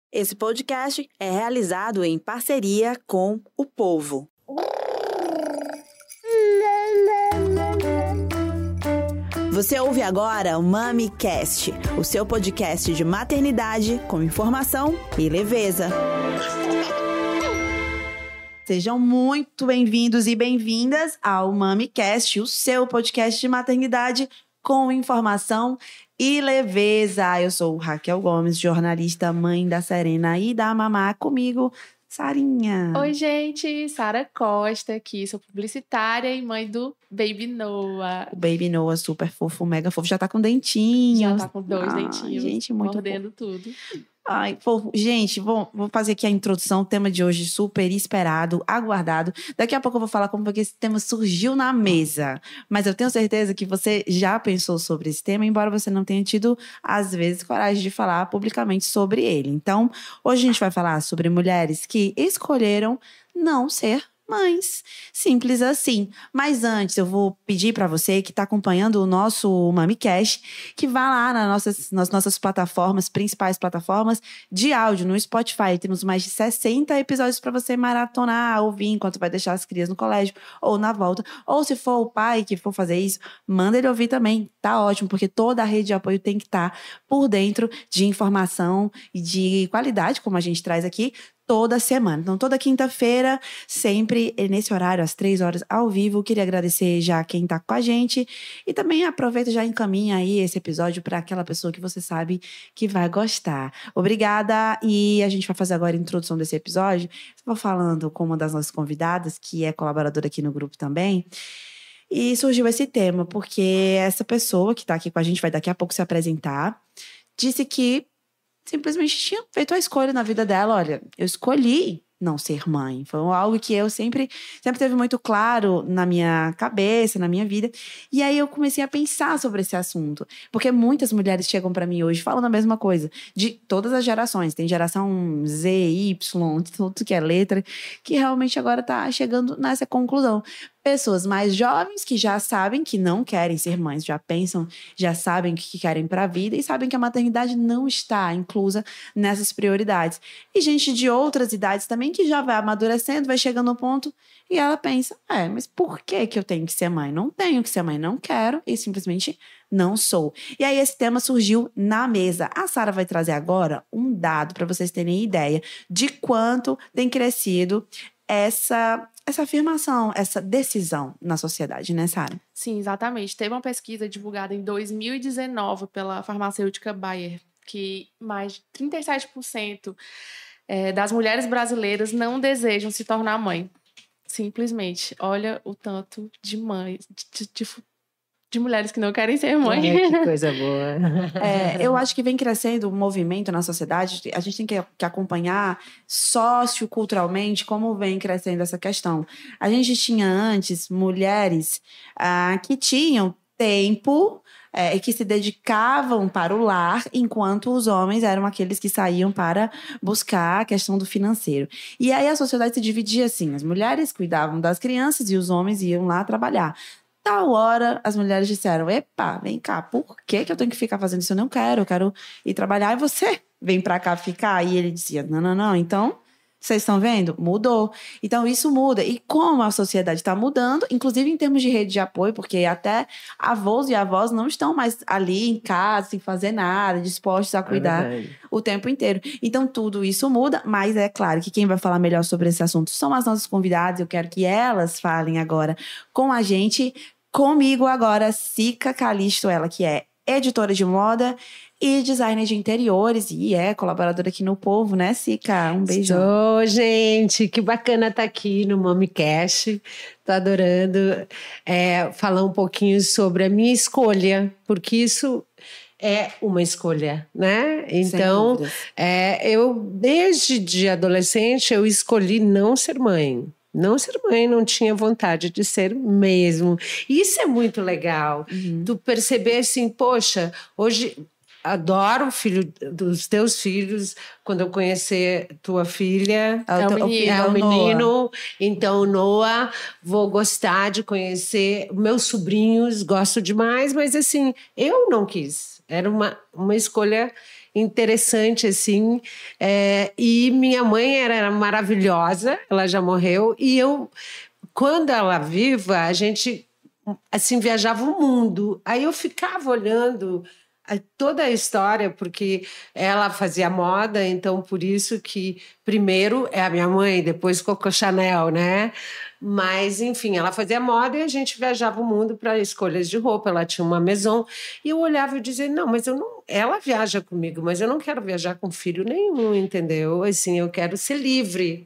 Esse podcast é realizado em parceria com o Povo. Você ouve agora o MamiCast, o seu podcast de maternidade com informação e leveza. Sejam muito bem-vindos e bem-vindas ao MamiCast, o seu podcast de maternidade com informação e leveza. Eu sou Raquel Gomes, jornalista, mãe da Serena e da Mamá. Comigo, Sarinha. Oi, gente. Sara Costa aqui. Sou publicitária e mãe do Baby Noah. O Baby Noah, super fofo, mega fofo. Já tá com dentinhos. Já tá com dois dentinhos. Gente, muito mordendo tudo. Ai, fofo. Gente, vou fazer aqui a introdução. O tema de hoje super esperado, aguardado. Daqui a pouco eu vou falar como que esse tema surgiu na mesa. Mas eu tenho certeza que você já pensou sobre esse tema, embora você não tenha tido, às vezes, coragem de falar publicamente sobre ele. Então, hoje a gente vai falar sobre mulheres que escolheram não ser mães. Simples assim. Mas antes, eu vou pedir para você que está acompanhando o nosso MamiCast, que vá lá nas nossas plataformas, principais plataformas de áudio, no Spotify. Temos mais de 60 episódios para você maratonar, ouvir enquanto vai deixar as crianças no colégio ou na volta. Ou se for o pai que for fazer isso, manda ele ouvir também. Tá ótimo, porque toda a rede de apoio tem que estar por dentro de informação e de qualidade, como a gente traz aqui, toda semana. Então, toda quinta-feira, sempre nesse horário, às 3 horas, ao vivo. Queria agradecer já quem tá com a gente. E também aproveita e já encaminha aí esse episódio para aquela pessoa que você sabe que vai gostar. Obrigada. E a gente vai fazer agora a introdução desse episódio. Estou falando com uma das nossas convidadas, que é colaboradora aqui no grupo também. E surgiu esse tema, porque essa pessoa que tá aqui com a gente vai daqui a pouco se apresentar, disse que simplesmente tinha feito a escolha na vida dela. Olha, eu escolhi não ser mãe. Foi algo que eu sempre teve muito claro na minha cabeça, na minha vida. E aí eu comecei a pensar sobre esse assunto. Porque muitas mulheres chegam para mim hoje falando a mesma coisa. De todas as gerações. Tem geração Z, Y, tudo que é letra, que realmente agora tá chegando nessa conclusão. Pessoas mais jovens que já sabem que não querem ser mães, já pensam, já sabem o que querem para a vida e sabem que a maternidade não está inclusa nessas prioridades. E gente de outras idades também que já vai amadurecendo, vai chegando no ponto e ela pensa, mas por que eu tenho que ser mãe? Não tenho que ser mãe, não quero e simplesmente não sou. E aí esse tema surgiu na mesa. A Sara vai trazer agora um dado para vocês terem ideia de quanto tem crescido essa afirmação, essa decisão na sociedade, né, Sara? Sim, exatamente. Teve uma pesquisa divulgada em 2019 pela farmacêutica Bayer, que mais de 37% das mulheres brasileiras não desejam se tornar mãe. Simplesmente. Olha o tanto de mães, de mulheres que não querem ser mãe. Que coisa boa. Eu acho que vem crescendo um movimento na sociedade. A gente tem que acompanhar socioculturalmente como vem crescendo essa questão. A gente tinha antes mulheres que tinham tempo e que se dedicavam para o lar, enquanto os homens eram aqueles que saíam para buscar a questão do financeiro. E aí a sociedade se dividia assim. As mulheres cuidavam das crianças e os homens iam lá trabalhar. Tal hora, as mulheres disseram, epa, vem cá, por que eu tenho que ficar fazendo isso? Eu não quero, eu quero ir trabalhar e você vem pra cá ficar. E ele dizia, não, então, vocês estão vendo? Mudou. Então, isso muda. E como a sociedade está mudando, inclusive em termos de rede de apoio, porque até avós e avós não estão mais ali em casa, sem fazer nada, dispostos a cuidar o tempo inteiro. Então, tudo isso muda, mas é claro que quem vai falar melhor sobre esse assunto são as nossas convidadas. Eu quero que elas falem agora com a gente. Comigo agora, Sica Calisto, ela que é editora de moda e designer de interiores e é colaboradora aqui no Povo, né, Sica? Um beijão. Estou, gente, que bacana estar aqui no MamiCast. Estou adorando falar um pouquinho sobre a minha escolha, porque isso é uma escolha, né? Então, eu desde de adolescente eu escolhi não ser mãe. Não ser mãe, não tinha vontade de ser mesmo. Isso é muito legal. Tu perceber assim, poxa, hoje adoro o filho dos teus filhos. Quando eu conhecer tua filha, é o menino. Então, Noah, vou gostar de conhecer meus sobrinhos, gosto demais, mas assim, eu não quis. Era uma escolha interessante, assim. E minha mãe era maravilhosa, ela já morreu. E eu, quando ela viva, a gente, assim, viajava o mundo. Aí eu ficava olhando toda a história, porque ela fazia moda, então por isso que primeiro é a minha mãe, depois Coco Chanel, né? Mas, enfim, ela fazia moda e a gente viajava o mundo para escolhas de roupa. Ela tinha uma maison e eu olhava e dizia, não, mas eu não... Ela viaja comigo, mas eu não quero viajar com filho nenhum, entendeu? Assim, eu quero ser livre.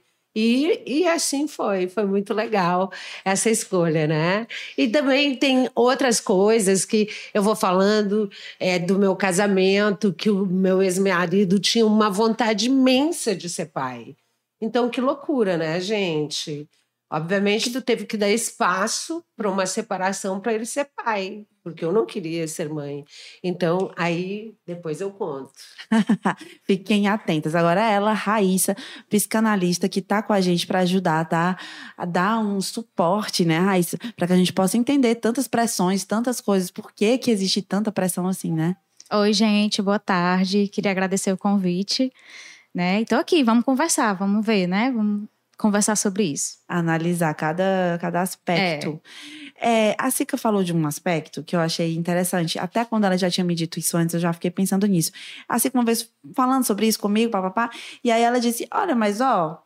E assim foi muito legal essa escolha, né? E também tem outras coisas que eu vou falando do meu casamento, que o meu ex-marido tinha uma vontade imensa de ser pai. Então, que loucura, né, gente? Obviamente, tu teve que dar espaço para uma separação para ele ser pai, porque eu não queria ser mãe. Então, aí, depois eu conto. Fiquem atentas. Agora ela, Raíssa, psicanalista, que está com a gente para ajudar, tá? A dar um suporte, né, Raíssa? Para que a gente possa entender tantas pressões, tantas coisas. Por que existe tanta pressão assim, né? Oi, gente, boa tarde. Queria agradecer o convite, né? E tô aqui, vamos conversar, vamos ver, né? Vamos conversar sobre isso. Analisar cada aspecto. A Sica falou de um aspecto que eu achei interessante. Até quando ela já tinha me dito isso antes, eu já fiquei pensando nisso. A Sica uma vez falando sobre isso comigo, papapá, e aí ela disse, olha, mas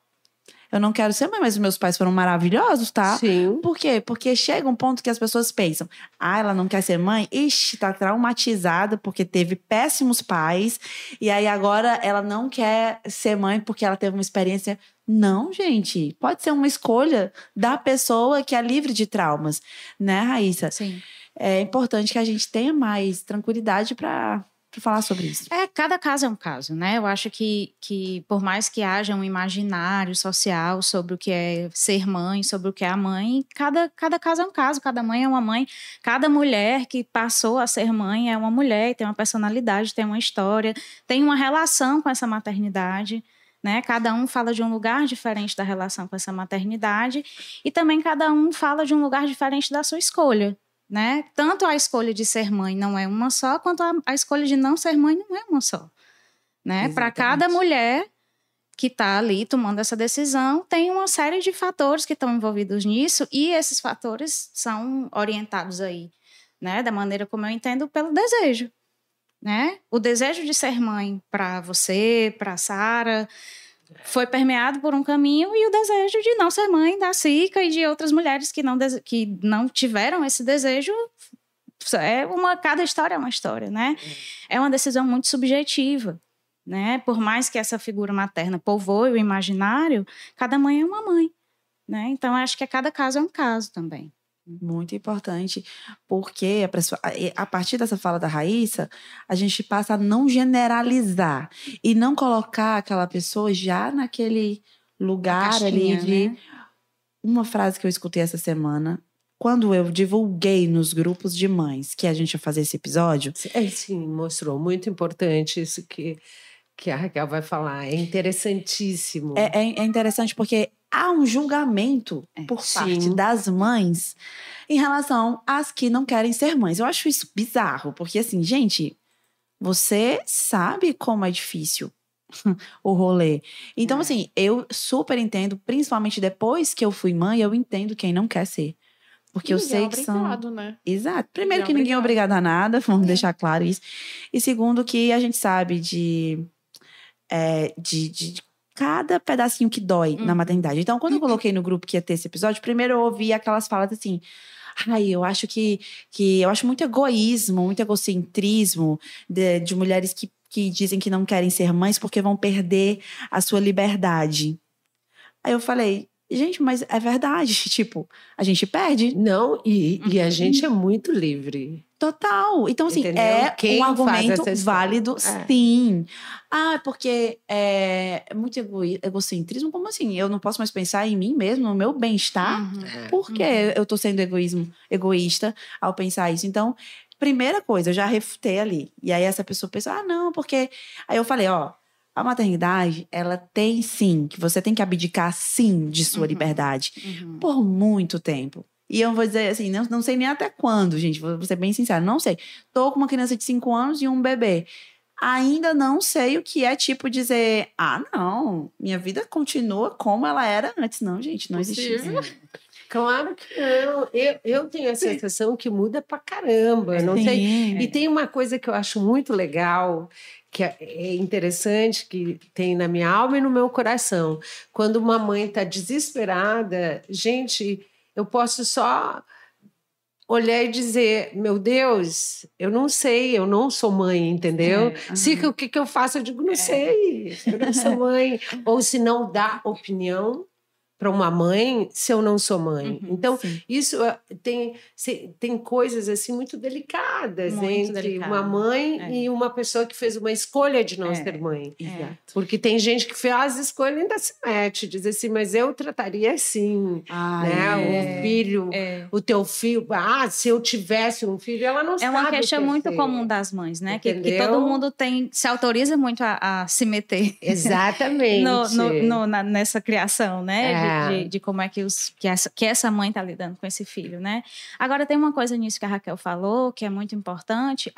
eu não quero ser mãe, mas os meus pais foram maravilhosos, tá? Sim. Por quê? Porque chega um ponto que as pessoas pensam, ela não quer ser mãe? Ixi, tá traumatizada porque teve péssimos pais, e aí agora ela não quer ser mãe porque ela teve uma experiência. Não, gente, pode ser uma escolha da pessoa que é livre de traumas, né, Raíssa? Sim. É importante que a gente tenha mais tranquilidade para falar sobre isso. Cada caso é um caso, né? Eu acho que por mais que haja um imaginário social sobre o que é ser mãe, sobre o que é a mãe, cada caso é um caso, cada mãe é uma mãe, cada mulher que passou a ser mãe é uma mulher, tem uma personalidade, tem uma história, tem uma relação com essa maternidade, né? Cada um fala de um lugar diferente da relação com essa maternidade e também cada um fala de um lugar diferente da sua escolha. Né? Tanto a escolha de ser mãe não é uma só, quanto a escolha de não ser mãe não é uma só. Né? Para cada mulher que está ali tomando essa decisão, tem uma série de fatores que estão envolvidos nisso e esses fatores são orientados aí, né? Da maneira como eu entendo, pelo desejo. Né? O desejo de ser mãe para você, para Sara, foi permeado por um caminho e o desejo de não ser mãe da Sica e de outras mulheres que não tiveram esse desejo. Cada história é uma história, né? É uma decisão muito subjetiva, né? Por mais que essa figura materna povoe o imaginário, cada mãe é uma mãe, né? Então, acho que cada caso é um caso também. Muito importante, porque a partir dessa fala da Raíssa, a gente passa a não generalizar e não colocar aquela pessoa já naquele lugar caixinha, ali de... Né? Uma frase que eu escutei essa semana, quando eu divulguei nos grupos de mães que a gente ia fazer esse episódio... Sim, mostrou. Muito importante isso que a Raquel vai falar. É interessantíssimo. É interessante porque há um julgamento por parte das mães em relação às que não querem ser mães. Eu acho isso bizarro, porque assim, gente, você sabe como é difícil o rolê. Então, assim, eu super entendo, principalmente depois que eu fui mãe, eu entendo quem não quer ser. Porque eu sei que obrigado, né? Exato. Primeiro que ninguém é obrigado a nada, vamos deixar claro isso. E segundo que a gente sabe de cada pedacinho que dói na maternidade. Então, quando eu coloquei no grupo que ia ter esse episódio, primeiro eu ouvi aquelas falas assim, eu acho que eu acho muito egoísmo, muito egocentrismo de mulheres que dizem que não querem ser mães porque vão perder a sua liberdade. Aí eu falei, gente, mas é verdade, tipo, a gente perde. Não, e a gente é muito livre. Total. Então, assim, Entendeu? Um argumento válido, sim. Porque é muito egocentrismo. Como assim? Eu não posso mais pensar em mim mesmo, no meu bem-estar? Porque eu tô sendo egoísta ao pensar isso. Então, primeira coisa, eu já refutei ali. E aí essa pessoa pensa, não, porque... Aí eu falei, a maternidade, ela tem sim, que você tem que abdicar sim de sua liberdade por muito tempo. E eu vou dizer assim, não sei nem até quando, gente, vou ser bem sincera, não sei. Tô com uma criança de 5 anos e um bebê. ainda não sei o que é, tipo, dizer, não, minha vida continua como ela era antes. Não, gente, não existe isso. Claro que não. Eu tenho a sensação que muda pra caramba. Não sei. E tem uma coisa que eu acho muito legal, que é interessante, que tem na minha alma e no meu coração. Quando uma mãe está desesperada, gente, eu posso só olhar e dizer, meu Deus, eu não sei, eu não sou mãe, entendeu? O que eu faço? Eu digo, não sei, eu não sou mãe. Ou se não dá opinião para uma mãe se eu não sou mãe. Então, isso tem coisas assim muito delicadas entre uma mãe e uma pessoa que fez uma escolha de não ser mãe. Porque tem gente que faz a escolha e ainda se mete, diz assim, mas eu trataria assim, né? O filho, o teu filho, se eu tivesse um filho, ela não sabe. É uma queixa muito comum das mães, né? Que todo mundo se autoriza muito a se meter. Exatamente. Nessa criação, né? De como é que essa mãe está lidando com esse filho, né? Agora, tem uma coisa nisso que a Raquel falou, que é muito importante,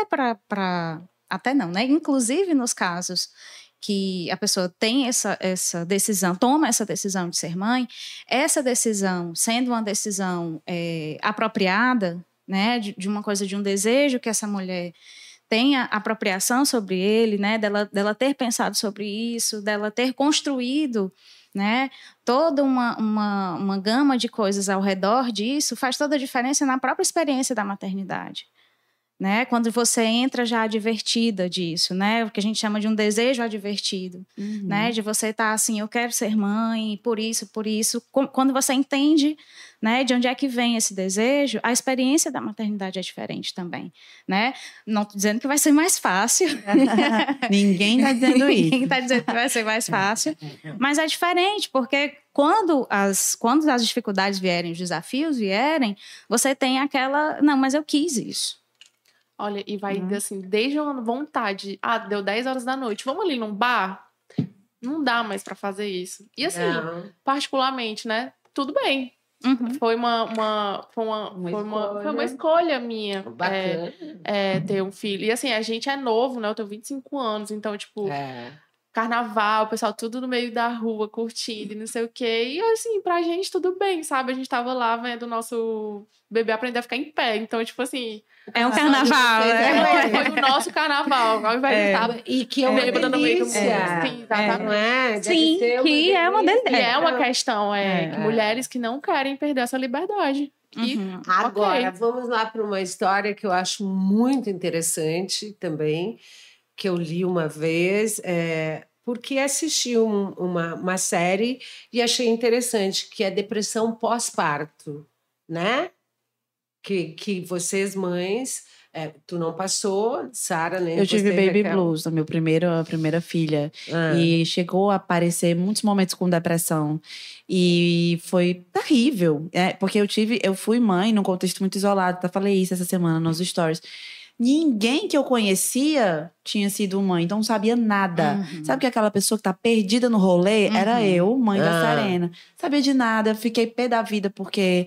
até não, né? Inclusive nos casos que a pessoa tem essa decisão, toma essa decisão de ser mãe, essa decisão, sendo uma decisão apropriada, né? De uma coisa, de um desejo que essa mulher tenha apropriação sobre ele, né? Dela ter pensado sobre isso, dela ter construído, né, toda uma gama de coisas ao redor disso, faz toda a diferença na própria experiência da maternidade, né? Quando você entra já advertida disso, né? O que a gente chama de um desejo advertido, né? De você estar assim, eu quero ser mãe, por isso. Quando você entende, né, de onde é que vem esse desejo, a experiência da maternidade é diferente também, né? Não estou dizendo que vai ser mais fácil. Ninguém está dizendo isso. Ninguém está dizendo que vai ser mais fácil. Mas é diferente, porque quando as dificuldades vierem, os desafios vierem, você tem aquela, não, mas eu quis isso. Olha, e vai assim, desde uma vontade, deu 10 horas da noite, vamos ali num bar? Não dá mais pra fazer isso. E assim, particularmente, né, tudo bem. Foi uma escolha minha ter um filho. E assim, a gente é novo, né, eu tenho 25 anos, então tipo... Carnaval, o pessoal tudo no meio da rua, curtindo e não sei o quê. E assim, pra gente tudo bem, sabe? A gente tava lá vendo o nosso bebê aprender a ficar em pé. Então, tipo assim... É um carnaval, né? Foi o nosso carnaval. Ao invés de estar e que é uma delícia. No meio do mundo. Sim, exatamente. Sim, que é uma delícia. E é uma questão, que mulheres que não querem perder essa liberdade. Agora, vamos lá para uma história que eu acho muito interessante também, que eu li uma vez, porque assisti uma série e achei interessante, que é depressão pós-parto, né? Que vocês, mães, tu não passou, Sara, nem eu tive baby blues, a primeira filha. E chegou a aparecer muitos momentos com depressão. E foi terrível. Porque eu fui mãe num contexto muito isolado. Até falei isso essa semana nos stories. Ninguém que eu conhecia tinha sido mãe, então não sabia nada. Sabe que aquela pessoa que tá perdida no rolê? Era eu, mãe da Serena. Sabia de nada, fiquei pé da vida, porque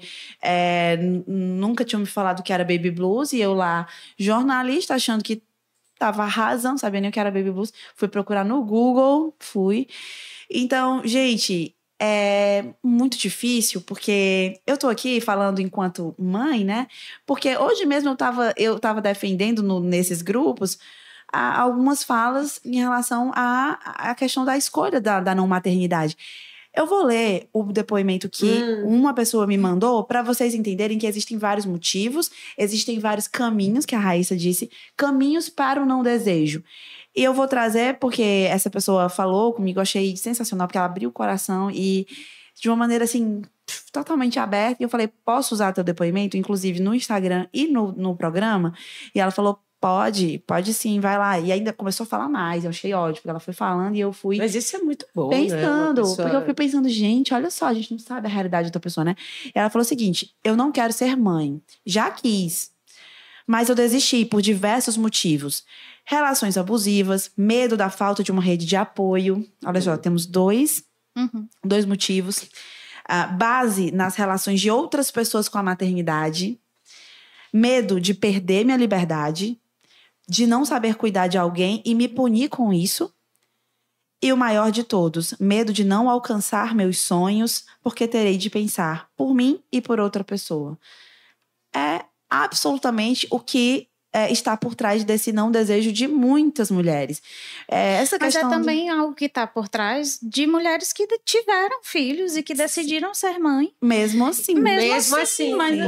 nunca tinham me falado que era baby blues, e eu lá, jornalista, achando que tava arrasando, não sabia nem o que era baby blues. Fui procurar no Google, Então, gente... É muito difícil, porque eu tô aqui falando enquanto mãe, né? Porque hoje mesmo eu tava defendendo nesses grupos algumas falas em relação à questão da escolha da não maternidade. Eu vou ler o depoimento que uma pessoa me mandou para vocês entenderem que existem vários motivos, existem vários caminhos, que a Raíssa disse, caminhos para o não desejo. E eu vou trazer, porque essa pessoa falou comigo, eu achei sensacional, porque ela abriu o coração e de uma maneira, assim, totalmente aberta. E eu falei, posso usar teu depoimento, inclusive no Instagram e no programa? E ela falou, pode sim, vai lá. E ainda começou a falar mais, eu achei ótimo, porque ela foi falando e eu fui... Mas isso é muito bom, pensando, né? Porque eu fui pensando, gente, olha só, a gente não sabe a realidade da pessoa, né? E ela falou o seguinte, eu não quero ser mãe, já quis, mas eu desisti por diversos motivos. Relações abusivas, medo da falta de uma rede de apoio. Olha só, temos dois motivos. Base nas relações de outras pessoas com a maternidade. Medo de perder minha liberdade. de não saber cuidar de alguém e me punir com isso. E o maior de todos, medo de não alcançar meus sonhos, porque terei de pensar por mim e por outra pessoa. É absolutamente o que está por trás desse não desejo de muitas mulheres. Essa Mas questão também algo que está por trás de mulheres que tiveram filhos e que decidiram ser mãe. Mesmo assim. Mesmo assim, mas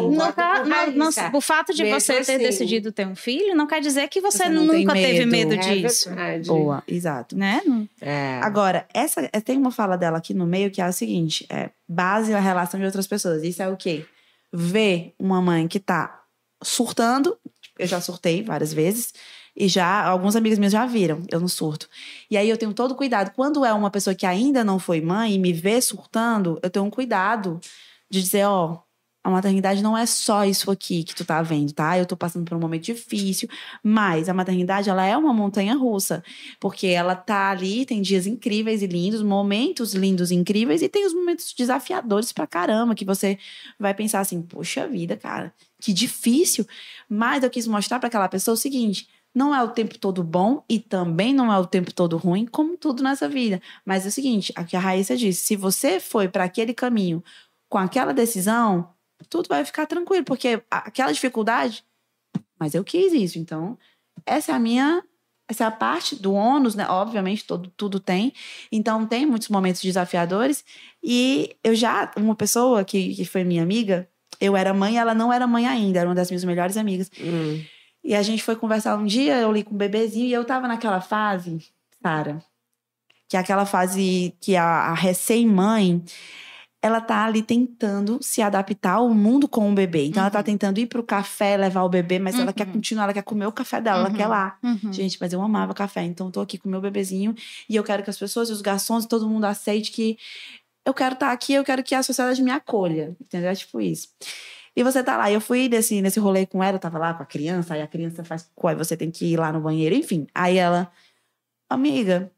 o fato de Mesmo você ter assim. decidido ter um filho não quer dizer que você não tem nunca teve medo. medo disso. verdade. Boa, exato. Né? Agora, tem uma fala dela aqui no meio que é o seguinte: base na relação de outras pessoas. Isso é o quê? Ver uma mãe que tá surtando. Eu já surtei várias vezes. E alguns amigos meus já viram, eu não surto. E aí eu tenho todo cuidado. Quando é uma pessoa que ainda não foi mãe e me vê surtando, eu tenho um cuidado de dizer, a maternidade não é só isso aqui que tu tá vendo, tá? Eu tô passando por um momento difícil, mas a maternidade, ela é uma montanha-russa, porque ela tá ali, tem dias incríveis e lindos, momentos lindos e incríveis, e tem os momentos desafiadores pra caramba, que você vai pensar assim, poxa vida, cara, que difícil. Mas eu quis mostrar pra aquela pessoa o seguinte: não é o tempo todo bom e também não é o tempo todo ruim, como tudo nessa vida. Mas é o seguinte, aqui a Raíssa disse, se você foi para aquele caminho com aquela decisão, tudo vai ficar tranquilo, porque aquela dificuldade, mas eu quis isso. Então, essa é a parte do ônus, né? Obviamente, tudo tem. Então, tem muitos momentos desafiadores. E uma pessoa que foi minha amiga, eu era mãe, ela não era mãe ainda, era uma das minhas melhores amigas. E a gente foi conversar um dia, eu li com um bebezinho, e eu tava naquela fase, Sara, que é aquela fase que a recém-mãe, ela tá ali tentando se adaptar ao mundo com o bebê. Então, ela tá tentando ir pro café, levar o bebê, mas ela quer continuar, ela quer comer o café dela, ela quer lá. Gente, mas eu amava café, então eu tô aqui com o meu bebezinho, e eu quero que as pessoas, os garçons, todo mundo aceite que eu quero estar aqui, eu quero que a sociedade me acolha, entendeu? É tipo isso. E você tá lá, eu fui nesse rolê com ela, eu tava lá com a criança, aí a criança faz, aí você tem que ir lá no banheiro, enfim. Aí ela, amiga,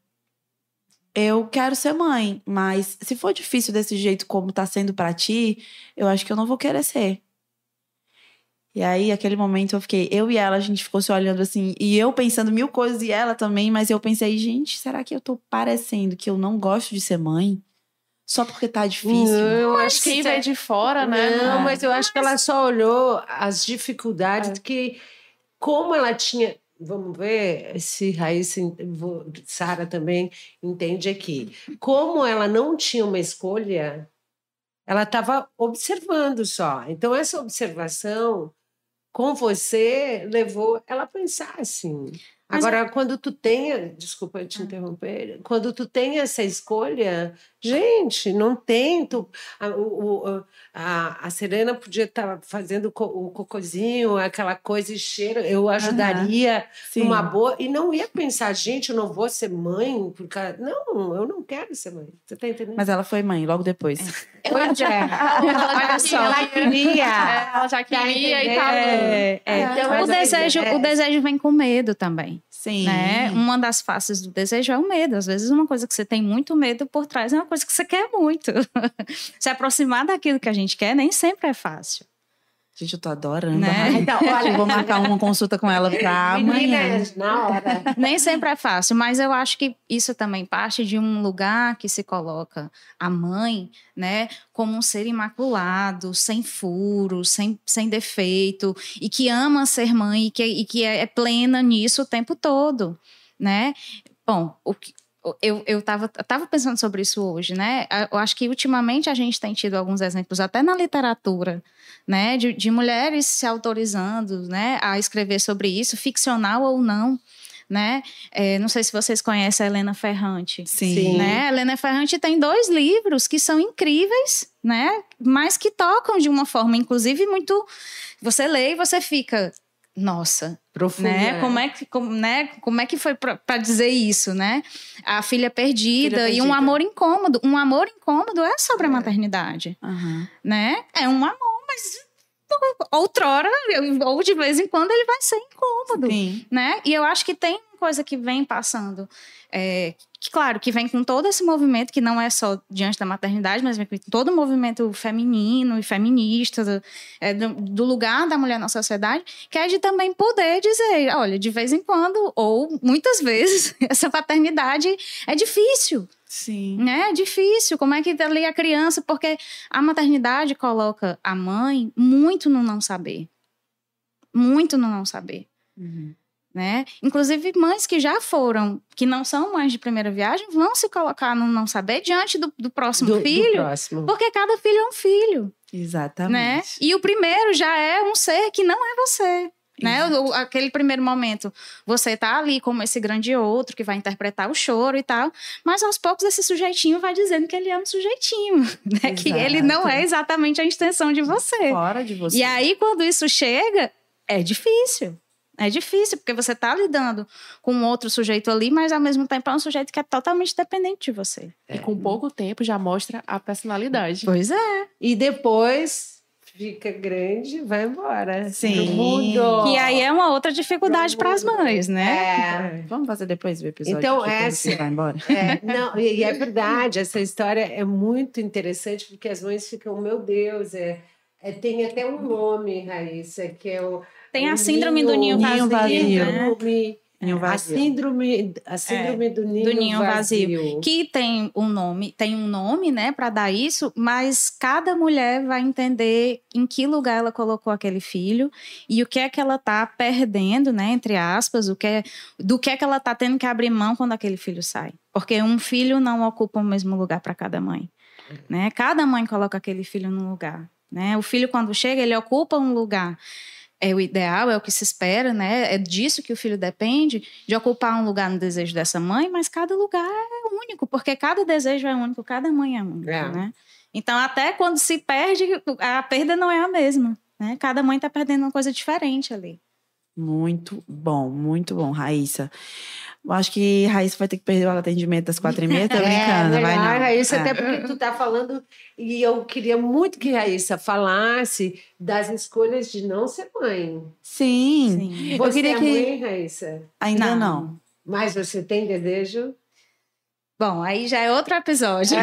eu quero ser mãe, mas se for difícil desse jeito como tá sendo pra ti, eu acho que eu não vou querer ser. E aí, aquele momento, eu e ela, a gente ficou se olhando assim, e eu pensando mil coisas, e ela também, mas eu pensei, gente, será que eu tô parecendo que eu não gosto de ser mãe? Só porque tá difícil? Eu acho Quem que vê de fora, né? Não, mas eu acho que ela só olhou as dificuldades que, como ela tinha... Vamos ver se Raíssa, Sara também entende aqui. Como ela não tinha uma escolha, ela estava observando só. Então, essa observação com você levou ela a pensar assim. Agora, quando tu tem... Desculpa te interromper. Quando tu tem essa escolha... Gente, não tem... A Serena podia estar fazendo o cocôzinho, aquela coisa e cheiro. Eu ajudaria numa boa... E não ia pensar, gente, eu não vou ser mãe. Porque... Não, eu não quero ser mãe. Você tá entendendo? Mas ela foi mãe logo depois. Pois é. Olha só, ela queria. Ela já queria e tal. Então, o desejo vem com medo também. Sim. Né? Uma das faces do desejo é o medo. Às vezes, uma coisa que você tem muito medo por trás é uma coisa que você quer muito. Se aproximar daquilo que a gente quer nem sempre é fácil. Gente, eu tô adorando. Né? Então, olha, eu vou marcar uma consulta com ela pra amanhã. Na hora. Nem sempre é fácil, mas eu acho que isso também parte de um lugar que se coloca a mãe, né, como um ser imaculado, sem furos, sem defeito, e que ama ser mãe e que é plena nisso o tempo todo, né? Bom, eu tava pensando sobre isso hoje, né? Eu acho que ultimamente a gente tem tido alguns exemplos, até na literatura, né? De mulheres se autorizando, né, a escrever sobre isso, ficcional ou não, né? Não sei se vocês conhecem a Helena Ferrante. Sim. Né? A Helena Ferrante tem 2 livros que são incríveis, né? Mas que tocam de uma forma, inclusive, muito... Você lê e você fica... Nossa, profunda, né? Como é que foi para dizer isso, né? A filha perdida e um amor incômodo. Um amor incômodo é sobre a maternidade, né? É um amor, mas outrora, ou de vez em quando, ele vai ser incômodo. Sim. Né? E eu acho que tem uma coisa que vem passando, que, claro, que vem com todo esse movimento, que não é só diante da maternidade, mas vem com todo o movimento feminino e feminista, do lugar da mulher na sociedade, que é de também poder dizer, olha, de vez em quando, ou muitas vezes, essa paternidade é difícil. Sim. Né? É difícil. Como é que tá ali a criança? Porque a maternidade coloca a mãe muito no não saber. Muito no não saber. Uhum. Né? Inclusive mães que já foram, que não são mães de primeira viagem, vão se colocar no não saber diante do próximo filho, porque cada filho é um filho. Exatamente. Né? E o primeiro já é um ser que não é você. Né? Aquele primeiro momento, você tá ali como esse grande outro que vai interpretar o choro e tal, mas aos poucos esse sujeitinho vai dizendo que ele é um sujeitinho, né? Que ele não é exatamente a extensão de você. Fora de você. E aí, quando isso chega, é difícil. É difícil, porque você tá lidando com outro sujeito ali, mas ao mesmo tempo é um sujeito que é totalmente dependente de você. E com pouco tempo já mostra a personalidade. Pois é. E depois fica grande, vai embora. Sim. Pro mundo. E aí é uma outra dificuldade para as mães, né? Vamos fazer depois o episódio. Então, você vai embora. Não, e é verdade, essa história é muito interessante, porque as mães ficam, meu Deus, tem até um nome, Raíssa, que é o... Tem a síndrome do ninho vazio, né? A síndrome do ninho vazio. Que tem um nome, né, para dar isso, mas cada mulher vai entender em que lugar ela colocou aquele filho e o que é que ela tá perdendo, né, entre aspas, do que é que ela tá tendo que abrir mão quando aquele filho sai. Porque um filho não ocupa o mesmo lugar para cada mãe, né? Cada mãe coloca aquele filho num lugar, né? O filho, quando chega, ele ocupa um lugar. É o ideal, é o que se espera, né? É disso que o filho depende, de ocupar um lugar no desejo dessa mãe, mas cada lugar é único, porque cada desejo é único, cada mãe é única, né? Então, até quando se perde, a perda não é a mesma, né? Cada mãe está perdendo uma coisa diferente ali. Muito bom, Raíssa. Eu acho que Raíssa vai ter que perder o atendimento das 4h30, tô brincando, vai não. Raíssa, até porque tu tá falando, e eu queria muito que Raíssa falasse das escolhas de não ser mãe. Sim. Você eu queria mãe, Raíssa? Ainda não. Mas você tem desejo? Bom, aí já é outro episódio.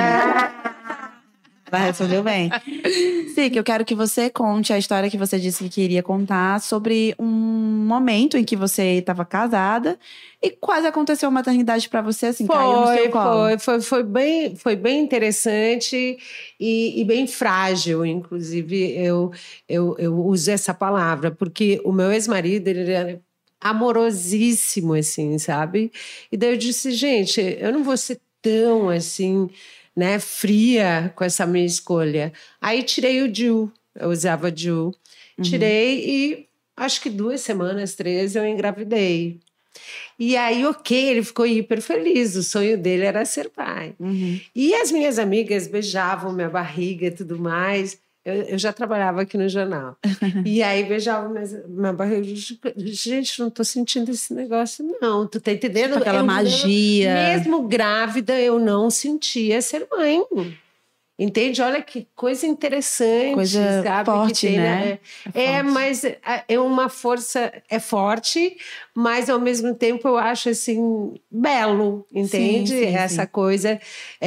Vai responder bem. Sim, que eu quero que você conte a história que você disse que queria contar sobre um momento em que você estava casada e quase aconteceu uma maternidade para você, assim, caiu no seu colo. Foi bem interessante e bem frágil, inclusive eu uso essa palavra, porque o meu ex-marido, ele era amorosíssimo, assim, sabe? E daí eu disse, gente, eu não vou ser tão, assim, né, fria com essa minha escolha. Aí tirei o DIU, eu usava DIU. Tirei e acho que 2 semanas, 3, eu engravidei. E aí, ele ficou hiper feliz, o sonho dele era ser pai. E as minhas amigas beijavam minha barriga e tudo mais. Eu já trabalhava aqui no jornal. E aí beijavam minha barriga. Gente, não tô sentindo esse negócio, não. Tu tá entendendo? Tipo aquela magia. Mesmo grávida, eu não sentia ser mãe. Entende? Olha que coisa interessante. Coisa sabe? forte, que tem, né? Mas é uma força... É forte, mas ao mesmo tempo eu acho assim belo, entende? Sim, Essa coisa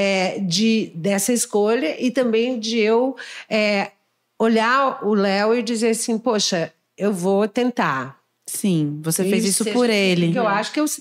dessa escolha e também de eu olhar o Léo e dizer assim, poxa, eu vou tentar. Sim, você fez isso por ele. Porque eu acho que eu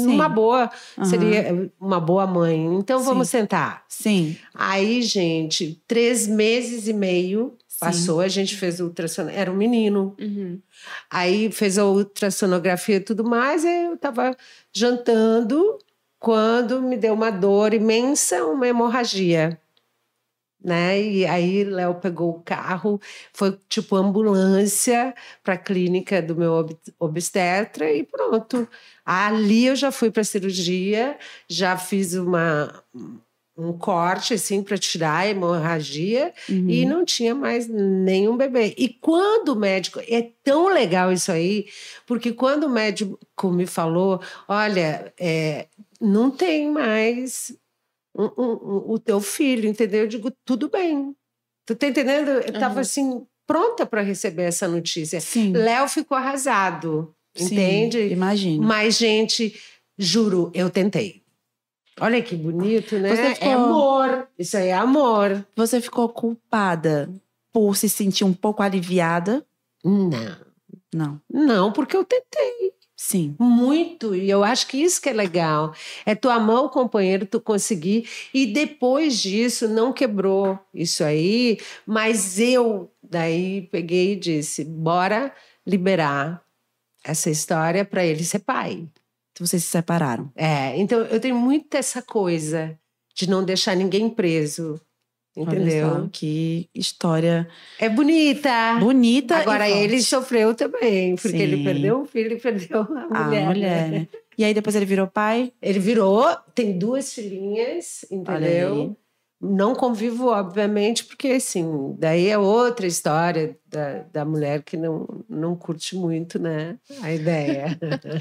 seria uma boa mãe. Então vamos tentar. Sim. Aí, gente, 3 meses e meio passou, a gente fez o ultrassonografia, era um menino. Aí fez a ultrassonografia e tudo mais, e eu estava jantando quando me deu uma dor imensa, uma hemorragia. Né? E aí Léo pegou o carro, foi tipo ambulância para a clínica do meu obstetra e pronto. Ali eu já fui para a cirurgia, já fiz um corte assim para tirar a hemorragia e não tinha mais nenhum bebê. E quando o médico, é tão legal isso aí, porque quando o médico me falou, olha, não tem mais o teu filho, entendeu? Eu digo, tudo bem. Tu tá entendendo? Eu tava assim, pronta para receber essa notícia. Sim. Léo ficou arrasado, Sim, entende? imagino. Mas, gente, juro, eu tentei. Olha que bonito, né? Você ficou- É amor. Isso aí é amor. Você ficou culpada por se sentir um pouco aliviada? Não. Não. Não, porque eu tentei Sim. muito. E eu acho que isso que é legal. É tu amar o companheiro, tu conseguir. E depois disso, não quebrou isso aí. Mas eu, daí, peguei e disse, bora liberar essa história para ele ser pai. Então vocês se separaram. Então eu tenho muito essa coisa de não deixar ninguém preso. Entendeu? Olha só, que história É bonita. bonita. Agora e ele forte. sofreu também, porque ele Sim. perdeu um filho e perdeu a mulher. Né? E aí depois ele virou pai? Ele virou, tem 2 filhinhas, Olha entendeu? Não convivo, obviamente, porque assim, daí é outra história da mulher que não curte muito, né? A ideia.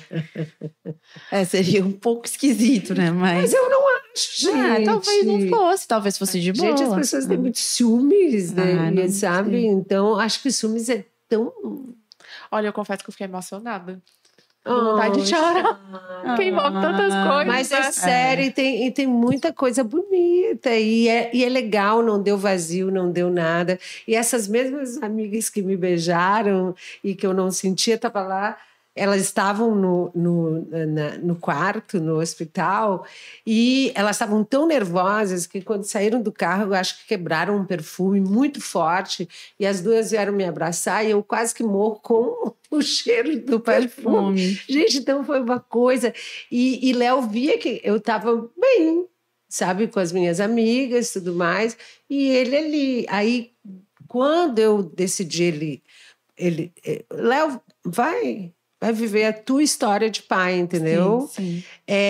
Seria um pouco esquisito, né? Mas eu não acho, gente. Talvez não fosse, talvez fosse de boa. Gente, as pessoas têm muitos ciúmes, né? Não sabe? sei. Então, acho que ciúmes é tão... Olha, eu confesso que eu fiquei emocionada. Deu vontade de chorar. Que envolve tantas coisas. Mas é sério, e tem muita coisa bonita. E é legal, não deu vazio, não deu nada. E essas mesmas amigas que me beijaram e que eu não sentia, estava lá. Elas estavam no quarto, no hospital, e elas estavam tão nervosas que quando saíram do carro, eu acho que quebraram um perfume muito forte, e as 2 vieram me abraçar, e eu quase que morro com o cheiro do perfume. Gente, então foi uma coisa. E Léo via que eu estava bem, sabe, com as minhas amigas e tudo mais, e ele ali. Aí, quando eu decidi, Léo, vai viver a tua história de pai, entendeu? Sim.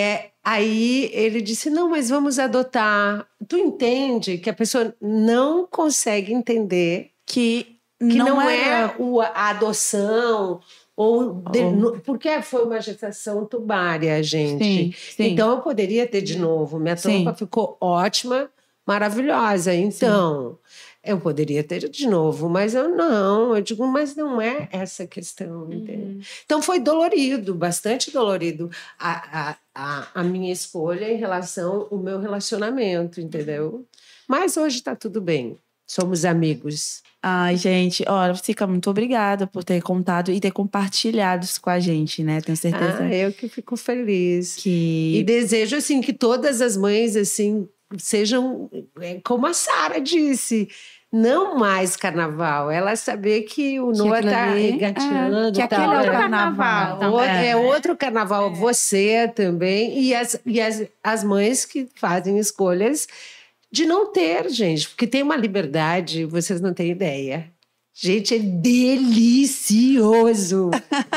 Aí ele disse, não, mas vamos adotar. Tu entende que a pessoa não consegue entender Que não era... é a adoção, porque foi uma gestação tubária, gente. Sim. Então eu poderia ter de novo. Minha trompa ficou ótima, maravilhosa. Então... Eu poderia ter de novo, mas eu digo, mas não é essa questão. Então foi dolorido, bastante dolorido a minha escolha em relação ao meu relacionamento, entendeu? Mas hoje está tudo bem, somos amigos. Ai, gente, olha, Cica, muito obrigada por ter contado e ter compartilhado isso com a gente, né? Tenho certeza. Eu que fico feliz. E desejo, assim, que todas as mães, assim, sejam como a Sara disse, não mais carnaval, ela saber que o Noah está engateando. Que aquele é o carnaval. É outro carnaval, você também, e as mães que fazem escolhas de não ter, gente, porque tem uma liberdade, vocês não têm ideia. Gente, é delicioso.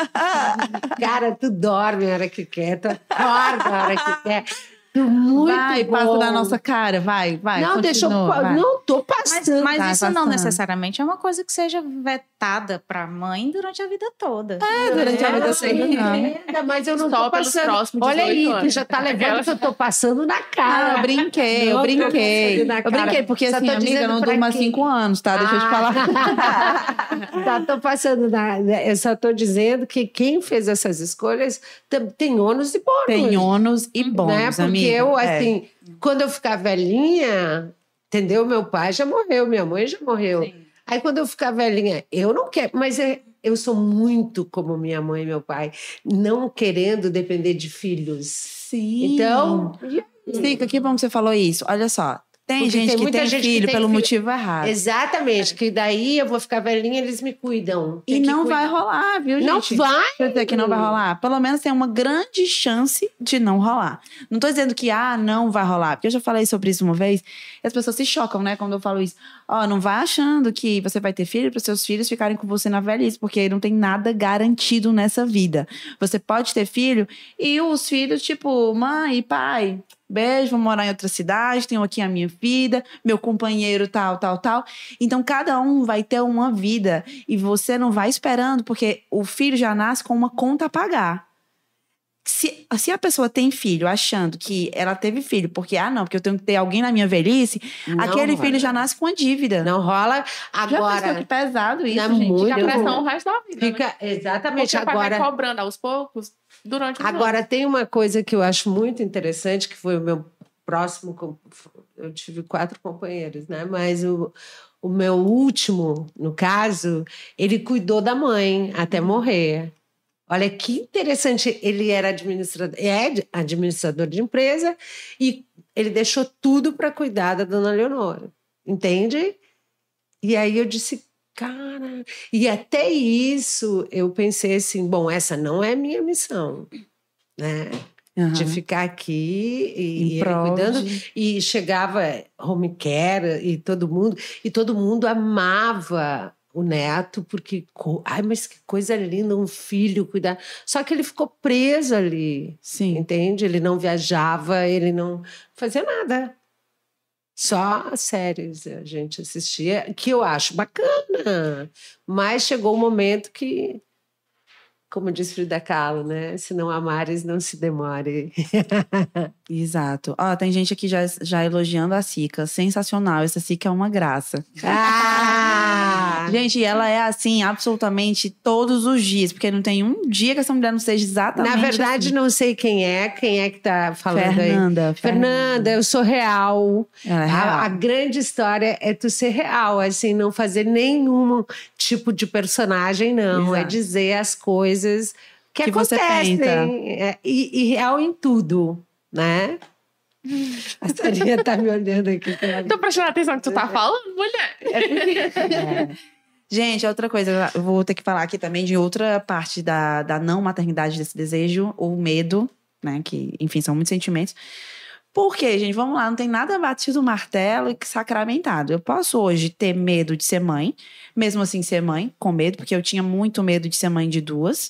Cara, tu dorme a hora que quer, tu acorda a hora que quer. Muito vai, bom. passa da nossa cara, vai. Não, continua, deixa eu... vai. Não tô passando. Mas isso não necessariamente é uma coisa que seja vetada para a mãe durante a vida toda. Durante a vida toda. Mas eu não Só tô pelos passando. próximos Olha 18 aí, anos. tu já tá levando que eu tô passando na cara. Eu brinquei. Eu brinquei, porque Só assim, tô amiga, dizendo eu não pra durmo há quem- 5 anos, tá? Deixa eu te falar. Tô passando eu só tô dizendo que quem fez essas escolhas tem ônus e bônus. Tem ônus e bônus, né? Porque amiga. eu, assim, quando eu ficar velhinha, entendeu? Meu pai já morreu, minha mãe já morreu. Sim. Aí quando eu ficar velhinha, eu não quero, mas eu sou muito como minha mãe e meu pai, não querendo depender de filhos. Sim. Então, Cica, que bom que você falou isso. Olha só, tem Porque gente tem que muita tem gente que filho tem pelo filho. motivo errado. exatamente, que daí eu vou ficar velhinha, eles me cuidam. E Tem que não cuidar. vai rolar, viu, gente? Não vai. Quer dizer que não vai rolar? Pelo menos tem uma grande chance de não rolar. Não tô dizendo que, não vai rolar. Porque eu já falei sobre isso uma vez. E as pessoas se chocam, né? Quando eu falo isso. Não vai achando que você vai ter filho para seus filhos ficarem com você na velhice. Porque não tem nada garantido nessa vida. Você pode ter filho e os filhos, tipo, mãe e pai... Beijo, vou morar em outra cidade, tenho aqui a minha vida, meu companheiro tal. Então, cada um vai ter uma vida e você não vai esperando, porque o filho já nasce com uma conta a pagar. Se a pessoa tem filho achando que ela teve filho porque, não, porque eu tenho que ter alguém na minha velhice, aquele filho já nasce com uma dívida. Não rola. Já Agora, pensou que pesado isso, é gente? muito Fica a pressão o resto da vida, né? fica exatamente. Porque o pai Agora, vai cobrando aos poucos durante o agora tem uma coisa que eu acho muito interessante, que foi o meu próximo... Eu tive 4 companheiros, né? Mas o meu último, no caso, ele cuidou da mãe até morrer. Olha que interessante, ele era administrador de empresa e ele deixou tudo para cuidar da dona Leonora, entende? E aí eu disse, cara... E até isso eu pensei assim, bom, essa não é minha missão, né? De ficar aqui e ele cuidando. E chegava home care e todo mundo amava o neto, porque, mas que coisa linda, um filho cuidar. Só que ele ficou preso ali, entende? Ele não viajava, ele não fazia nada. Só séries a gente assistia, que eu acho bacana. Mas chegou um momento que, como diz Frida Kahlo, né? Se não amares, não se demore. Exato. Tem gente aqui já elogiando a Sica. Sensacional. Essa Sica é uma graça. Gente, ela é assim, absolutamente todos os dias. Porque não tem um dia que essa mulher não seja exatamente Na verdade, assim. não sei quem é que tá falando Fernanda, aí. Fernanda, eu sou real. Ela é real. A grande história é tu ser real, assim, não fazer nenhum tipo de personagem, não. Exato. É dizer as coisas que você acontecem. pensa. E real em tudo, né? A Sarinha tá me olhando aqui. Tô prestando atenção no que tu tá falando, mulher. Gente, outra coisa, eu vou ter que falar aqui também de outra parte da não maternidade desse desejo, o medo, né? Que, enfim, são muitos sentimentos. Por quê, gente? Vamos lá, não tem nada batido o martelo e sacramentado. Eu posso hoje ter medo de ser mãe, mesmo assim ser mãe, com medo, porque eu tinha muito medo de ser mãe de 2.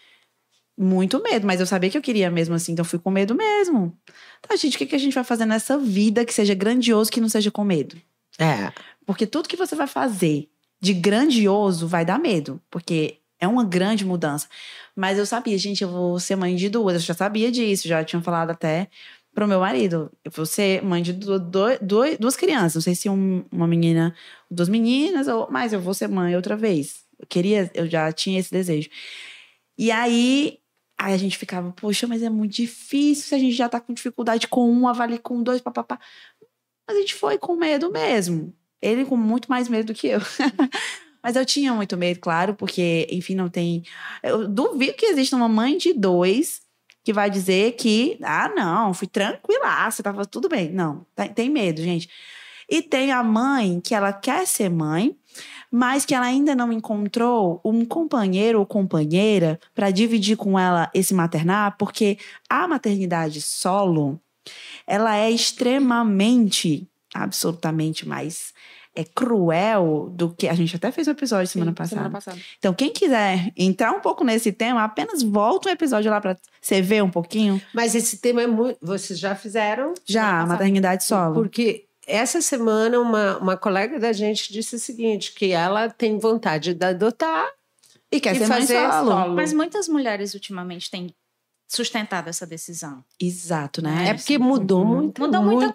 Muito medo, mas eu sabia que eu queria mesmo assim, então fui com medo mesmo. Tá, gente, o que a gente vai fazer nessa vida que seja grandioso, que não seja com medo? Porque tudo que você vai fazer de grandioso vai dar medo, porque é uma grande mudança. Mas eu sabia, gente, eu vou ser mãe de 2, eu já sabia disso, já tinha falado até pro meu marido. Eu vou ser mãe de 2 crianças, não sei se uma menina, 2 meninas, mas eu vou ser mãe outra vez. Eu já tinha esse desejo. E aí a gente ficava, poxa, mas é muito difícil, se a gente já tá com dificuldade com 1, avalie com 2, papapá. Mas a gente foi com medo mesmo. Ele com muito mais medo do que eu. Mas eu tinha muito medo, claro, porque, enfim, não tem... Eu duvido que exista uma mãe de 2 que vai dizer que, não, fui tranquilaça, tava tudo bem. Não, tem medo, gente. E tem a mãe que ela quer ser mãe, mas que ela ainda não encontrou um companheiro ou companheira para dividir com ela esse maternar, porque a maternidade solo, ela é extremamente, absolutamente mais cruel do que... A gente até fez um episódio semana passada. Então, quem quiser entrar um pouco nesse tema, apenas volta um episódio lá para você ver um pouquinho. Mas esse tema é muito... Vocês já fizeram? Já, maternidade solo. Porque essa semana uma colega da gente disse o seguinte, que ela tem vontade de adotar e quer ser mãe solo. Mas muitas mulheres ultimamente têm sustentado essa decisão. Exato, né? É porque mudou muito. Mudou muita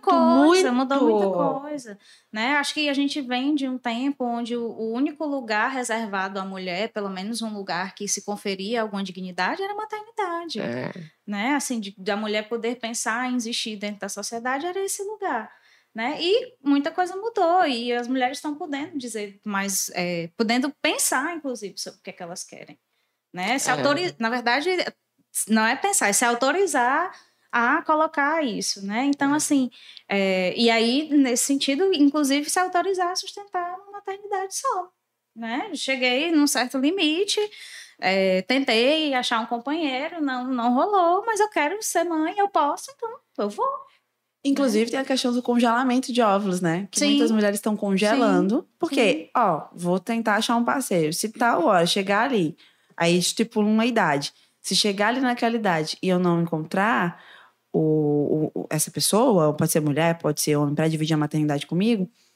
coisa, né? Acho que a gente vem de um tempo onde o único lugar reservado à mulher, pelo menos um lugar que se conferia alguma dignidade, era a maternidade. Né? Assim, da mulher poder pensar em existir dentro da sociedade, era esse lugar. Né? E muita coisa mudou, e as mulheres estão podendo dizer mais, podendo pensar, inclusive, sobre o que é que elas querem. Né? Na verdade, não é pensar, é se autorizar a colocar isso, né? Então, assim, e aí, nesse sentido, inclusive, se autorizar a sustentar uma maternidade só, né? Cheguei num certo limite, tentei achar um companheiro, não rolou, mas eu quero ser mãe, eu posso, então eu vou. Inclusive, tem a questão do congelamento de óvulos, né? Que muitas mulheres estão congelando, porque, vou tentar achar um parceiro. Se tal hora chegar ali, aí estipula uma idade. Se chegar ali naquela idade e eu não encontrar essa pessoa, pode ser mulher, pode ser homem, para dividir a maternidade comigo,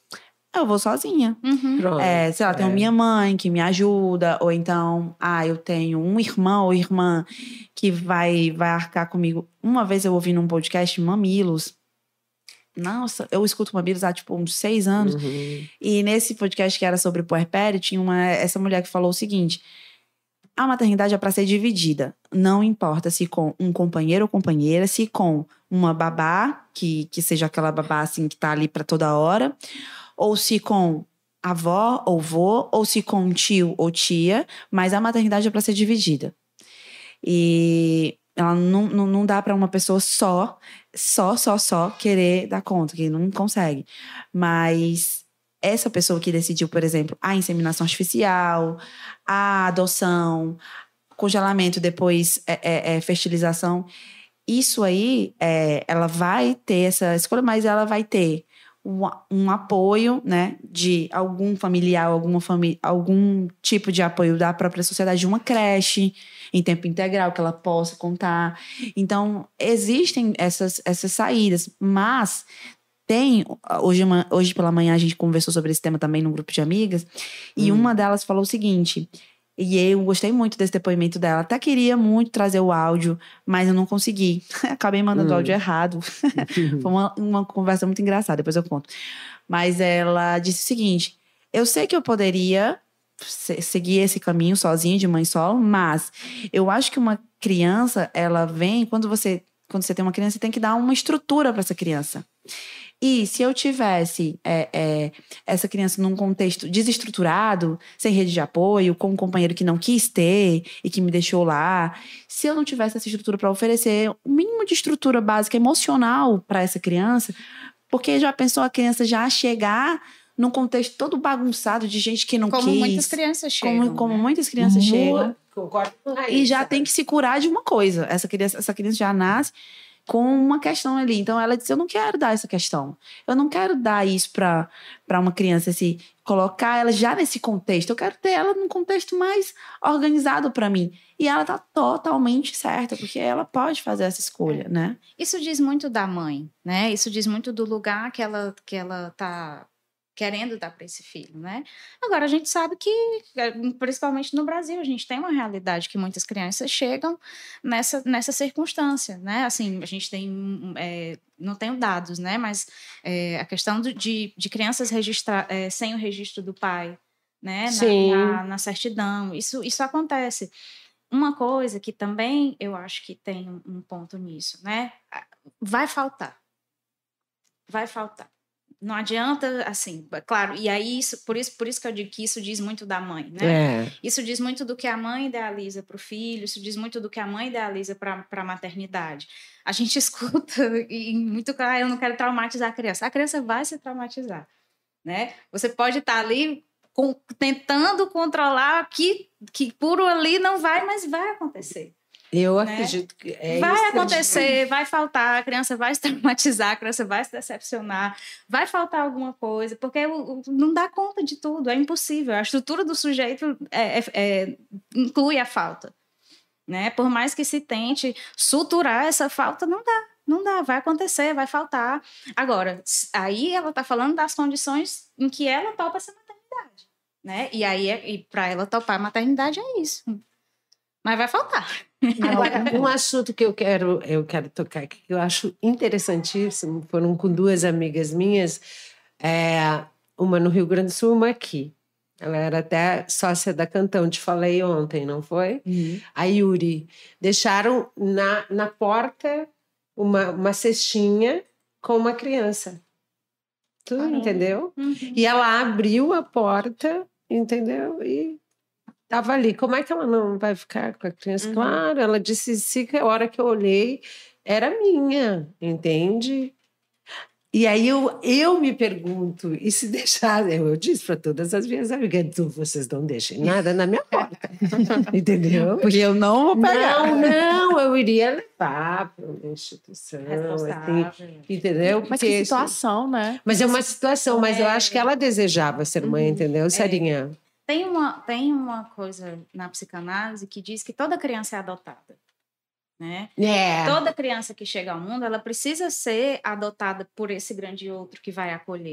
eu vou sozinha. Pronto. Sei lá, tenho minha mãe que me ajuda, ou então, eu tenho um irmão ou irmã que vai arcar comigo. Uma vez eu ouvi num podcast Mamilos. Nossa, eu escuto Mamilos há tipo uns 6 anos. E nesse podcast que era sobre puerpério, tinha essa mulher que falou o seguinte: a maternidade é para ser dividida. Não importa se com um companheiro ou companheira, se com uma babá, que seja aquela babá assim que tá ali para toda hora, ou se com avó ou vô, ou se com um tio ou tia, mas a maternidade é para ser dividida. E ela não dá para uma pessoa só querer dar conta, que não consegue. Mas essa pessoa que decidiu, por exemplo, a inseminação artificial, a adoção, congelamento, depois fertilização, isso aí, ela vai ter essa escolha, mas ela vai ter um apoio, né, de algum familiar, algum tipo de apoio da própria sociedade, de uma creche em tempo integral que ela possa contar. Então, existem essas saídas, mas hoje pela manhã a gente conversou sobre esse tema também num grupo de amigas, e uma delas falou o seguinte, e eu gostei muito desse depoimento dela, até queria muito trazer o áudio, mas eu não consegui. Acabei mandando o áudio errado. Foi uma conversa muito engraçada, depois eu conto. Mas ela disse o seguinte: eu sei que eu poderia seguir esse caminho sozinha, de mãe solo, mas eu acho que uma criança, ela vem, quando você tem uma criança, você tem que dar uma estrutura para essa criança. E se eu tivesse essa criança num contexto desestruturado, sem rede de apoio, com um companheiro que não quis ter e que me deixou lá, se eu não tivesse essa estrutura para oferecer o mínimo de estrutura básica emocional para essa criança, porque já pensou a criança já chegar num contexto todo bagunçado de gente que não quis. Como muitas crianças chegam. Como muitas crianças chegam. Concordo com a E já tem que se curar de uma coisa. Essa criança já nasce com uma questão ali. Então, ela disse, eu não quero dar essa questão. Eu não quero dar isso para uma criança, assim, colocar ela já nesse contexto. Eu quero ter ela num contexto mais organizado para mim. E ela tá totalmente certa, porque ela pode fazer essa escolha, né? Isso diz muito da mãe, né? Isso diz muito do lugar que ela tá querendo dar para esse filho, né? Agora, a gente sabe que, principalmente no Brasil, a gente tem uma realidade que muitas crianças chegam nessa circunstância, né? Assim, a gente tem, não tenho dados, né? Mas a questão de crianças sem o registro do pai, né? Na certidão, isso acontece. Uma coisa que também eu acho que tem um ponto nisso, né? Vai faltar. Não adianta, assim, claro, e aí por isso que eu digo que isso diz muito da mãe, né? Isso diz muito do que a mãe idealiza para o filho, isso diz muito do que a mãe idealiza para a maternidade. A gente escuta e muito claro, eu não quero traumatizar a criança vai se traumatizar, né? Você pode estar ali tentando controlar que por ali não vai, mas vai acontecer. Eu acredito que vai acontecer, vai faltar, a criança vai se traumatizar, a criança vai se decepcionar, vai faltar alguma coisa, porque não dá conta de tudo, é impossível. A estrutura do sujeito inclui a falta, né? Por mais que se tente suturar essa falta, não dá, vai acontecer, vai faltar. Agora, aí ela está falando das condições em que ela topa essa maternidade, né? E aí, para ela topar a maternidade é isso. Mas vai faltar. Agora, um assunto que eu quero tocar aqui, que eu acho interessantíssimo, foram com 2 amigas minhas, uma no Rio Grande do Sul, uma aqui. Ela era até sócia da Cantão, te falei ontem, não foi? A Yuri. Deixaram na porta uma cestinha com uma criança. Tu entendeu? E ela abriu a porta, entendeu? E estava ali. Como é que ela não vai ficar com a criança? Claro, ela disse que a hora que eu olhei era minha, entende? E aí eu me pergunto, e se deixar, eu disse para todas as minhas amigas, vocês não deixem nada na minha porta, entendeu? Porque eu não vou pegar. Não, eu iria levar para uma instituição, assim, entendeu? Mas que situação, né? Mas é uma situação, mas eu acho que ela desejava ser mãe, entendeu, Sarinha? Tem uma coisa na psicanálise que diz que toda criança é adotada, né? Toda criança que chega ao mundo, ela precisa ser adotada por esse grande outro que vai acolher,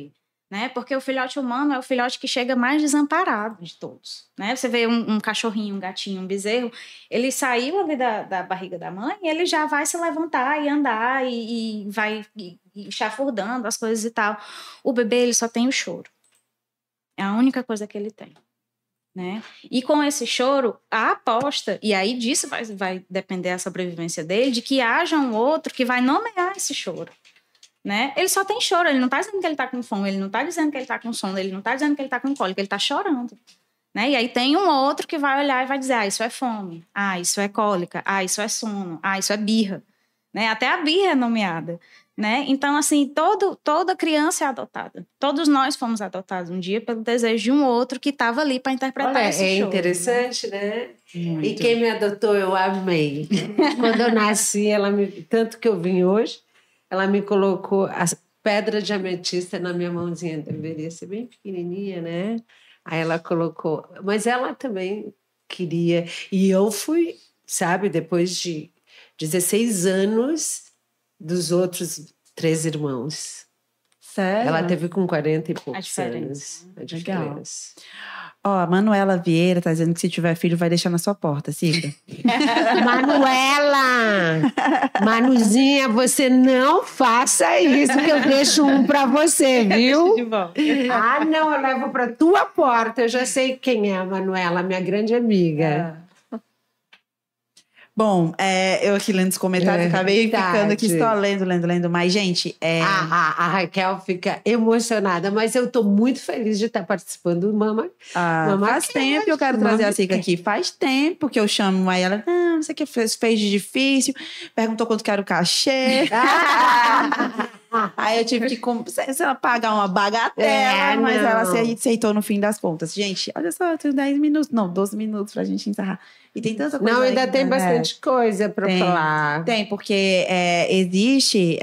né? Porque o filhote humano é o filhote que chega mais desamparado de todos, né? Você vê um cachorrinho, um gatinho, um bezerro, ele saiu ali da barriga da mãe e ele já vai se levantar e andar e vai chafurdando as coisas e tal. O bebê, ele só tem o choro. É a única coisa que ele tem, né? E com esse choro, a aposta, e aí disso vai depender a sobrevivência dele, de que haja um outro que vai nomear esse choro. Né? Ele só tem choro, ele não está dizendo que ele está com fome, ele não está dizendo que ele está com sono, ele não está dizendo que ele está com cólica, ele está chorando. Né? E aí tem um outro que vai olhar e vai dizer, isso é fome, isso é cólica, isso é sono, isso é birra. Né? Até a birra é nomeada. Né? Então, assim, toda criança é adotada. Todos nós fomos adotados um dia pelo desejo de um outro que estava ali para interpretar esse choro. É interessante, né? Muito. E quem me adotou, eu amei. Quando eu nasci, tanto que eu vim hoje, ela me colocou a pedra de ametista na minha mãozinha. Deveria ser bem pequenininha, né? Aí ela colocou. Mas ela também queria. E eu fui, sabe, depois de 16 anos dos outros 3 irmãos. Sério? Ela teve com 40 e poucos diferença. anos. A Legal. diferença. Ó, a Manuela Vieira tá dizendo que se tiver filho vai deixar na sua porta, siga. Manuela! Manuzinha, você não faça isso, que eu deixo um pra você, viu? Ah, não, eu levo pra tua porta. Eu já sei quem é a Manuela, minha grande amiga. Bom, eu aqui lendo os comentários, acabei verdade. ficando aqui só lendo. Mas, gente, A Raquel fica emocionada, mas eu tô muito feliz de estar participando do Mama. faz tempo que eu quero trazer a Sica aqui. Faz tempo que eu chamo aí ela, não sei o que fez de difícil, perguntou quanto que era o cachê. Aí eu tive que sei lá, pagar uma bagatela, mas ela aceitou no fim das contas. Gente, olha só, eu tenho 10 minutos, não, 12 minutos pra gente encerrar. E tem tanta coisa. Não, ainda ainda, tem né? bastante coisa para falar. Tem, porque existe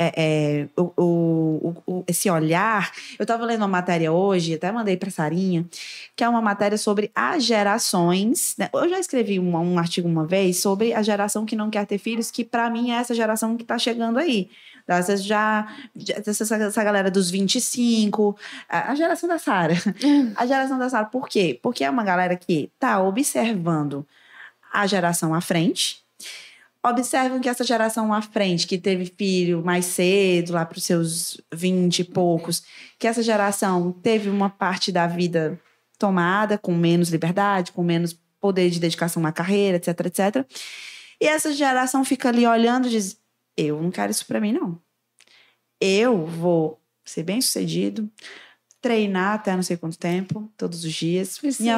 esse olhar. Eu estava lendo uma matéria hoje, até mandei para Sarinha, que é uma matéria sobre as gerações. Né? Eu já escrevi um artigo uma vez sobre a geração que não quer ter filhos, que para mim é essa geração que está chegando aí. Às vezes essa galera dos 25, a geração da Sara. A geração da Sara, por quê? Porque é uma galera que está observando a geração à frente. Observam que essa geração à frente, que teve filho mais cedo, lá para os seus 20 e poucos, que essa geração teve uma parte da vida tomada, com menos liberdade, com menos poder de dedicação na carreira, etc, etc. E essa geração fica ali olhando e diz, eu não quero isso para mim, não. Eu vou ser bem-sucedido, treinar até não sei quanto tempo, todos os dias. Minha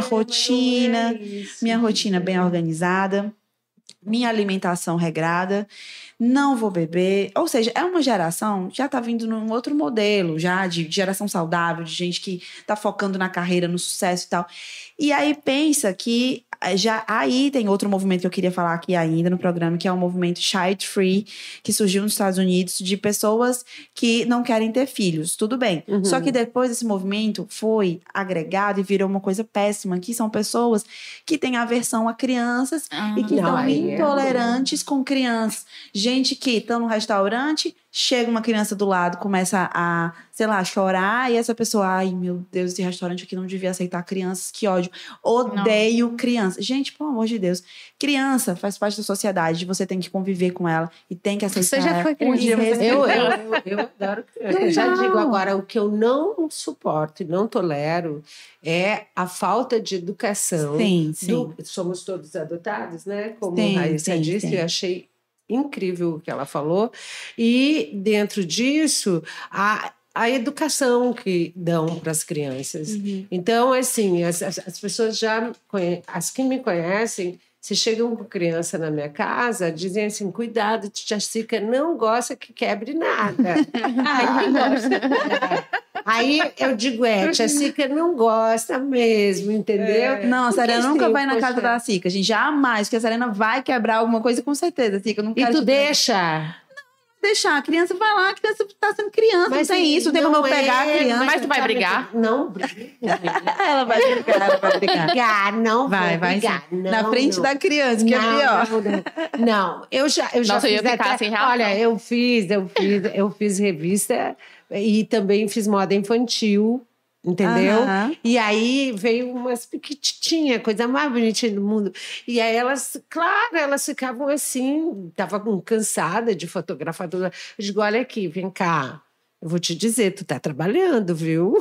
rotina bem organizada, minha alimentação regrada, não vou beber. Ou seja, é uma geração, já tá vindo num outro modelo, já de geração saudável, de gente que tá focando na carreira, no sucesso e tal. E aí pensa que já aí tem outro movimento que eu queria falar aqui ainda no programa, que é o movimento Child Free, que surgiu nos Estados Unidos, de pessoas que não querem ter filhos. Tudo bem. Uhum. Só que depois esse movimento foi agregado e virou uma coisa péssima, que são pessoas que têm aversão a crianças e que são intolerantes com crianças. Gente que tá no restaurante, chega uma criança do lado, começa a, sei lá, chorar, e essa pessoa, ai, meu Deus, esse restaurante aqui não devia aceitar crianças, que ódio. Odeio criança. Gente, pelo amor de Deus. Criança faz parte da sociedade, você tem que conviver com ela e tem que aceitar. Você já foi criança. Eu adoro criança. Eu já digo agora, o que eu não suporto e não tolero é a falta de educação. Sim. Somos todos adotados, né? Como a Raíssa disse, eu achei incrível o que ela falou. E dentro disso, a educação que dão para as crianças. Uhum. Então, assim, as pessoas as que me conhecem, se chegam com criança na minha casa, dizem assim, cuidado, tia Sica não gosta que quebre nada. Aí eu digo, tia Sica não gosta mesmo, entendeu? Não, a Serena nunca vai na poxa, casa da Sica, gente, jamais, porque a Serena vai quebrar alguma coisa com certeza, Sica. Eu não quero e tu deixa? Deixar, a criança vai lá, a criança tá sendo criança, mas não tem isso, não tem como eu pegar a criança. Mas tu vai brigar? Não briga. Ela vai brigar. Não vai brigar. Não, na frente da criança, que é pior. Não, eu já Nossa, fiz eu ia ficar até, sem reação. olha, eu fiz revista e também fiz moda infantil entendeu? Aham. E aí veio umas piquititinhas, coisa mais bonitinha do mundo. E aí elas, claro, elas ficavam assim, estavam cansada de fotografar tudo. Eu digo, olha aqui, vem cá. Eu vou te dizer, tu tá trabalhando, viu?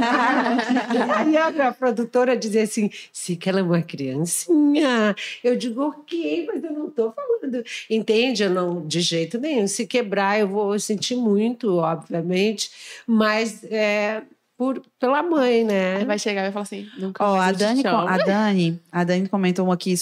Aí a minha produtora dizia assim, sim, que ela é uma criancinha. Eu digo, ok, mas eu não tô falando. Entende? Eu não, de jeito nenhum. Se quebrar, eu vou sentir muito, obviamente. Mas pela mãe, né? Ele vai chegar e vai falar assim, nunca Ó, mais eu te chamo. a Dani comentou aqui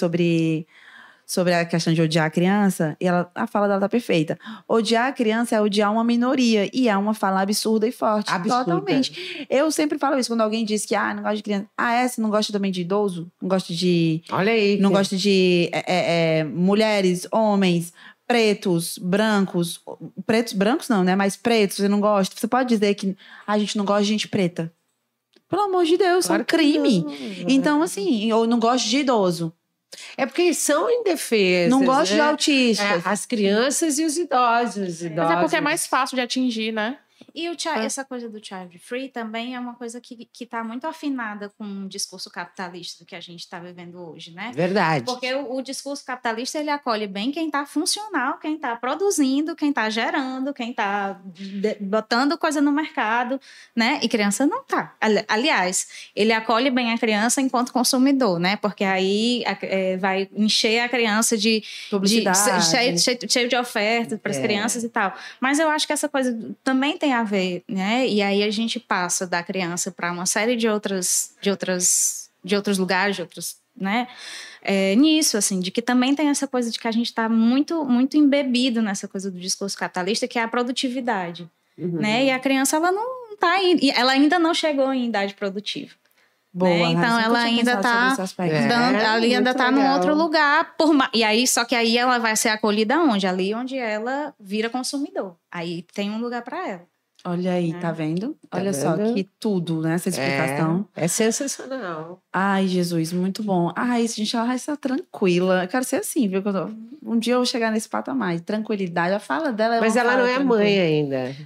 sobre a questão de odiar a criança, e a fala dela tá perfeita. Odiar a criança é odiar uma minoria, e é uma fala absurda e forte. Absurda. Totalmente. Eu sempre falo isso, quando alguém diz que, não gosta de criança. Você não gosta também de idoso? Não gosta de... Olha aí. Não gosta de mulheres, homens, pretos, brancos. Pretos, brancos não, né? Mas pretos, você não gosta. Você pode dizer que a gente não gosta de gente preta. Pelo amor de Deus, Claro é um crime. não. Então, assim, eu não gosto de idoso. É porque são indefesas. Não gosto né? de autistas. As crianças e os idosos. Mas é porque é mais fácil de atingir, né? E essa coisa do child free também é uma coisa que está muito afinada com o discurso capitalista que a gente está vivendo hoje, né? Verdade. Porque o discurso capitalista, ele acolhe bem quem está funcional, quem está produzindo, quem está gerando, quem está botando coisa no mercado, né? E criança não está. Aliás, ele acolhe bem a criança enquanto consumidor, né? Porque aí vai encher a criança de Publicidade. cheio de ofertas para as crianças e tal. Mas eu acho que essa coisa também tem a ver, né? E aí a gente passa da criança para uma série de outros lugares, de outros, né? Nisso, assim, de que também tem essa coisa de que a gente está muito, muito embebido nessa coisa do discurso capitalista, que é a produtividade, né? E a criança, ela não está aí, ela ainda não chegou em idade produtiva. Boa, né? Então ela ainda está ainda está num outro lugar, e aí só que aí ela vai ser acolhida onde? Ali onde ela vira consumidor. Aí tem um lugar para ela. Olha aí, tá vendo? Olha só que tudo, né? Essa explicação. É sensacional. Ai, Jesus, muito bom. Ai, gente, ela vai estar tranquila. Eu quero ser assim, viu? Um dia eu vou chegar nesse patamar de tranquilidade. A fala dela é Mas uma ela fala não é tranquila. mãe ainda.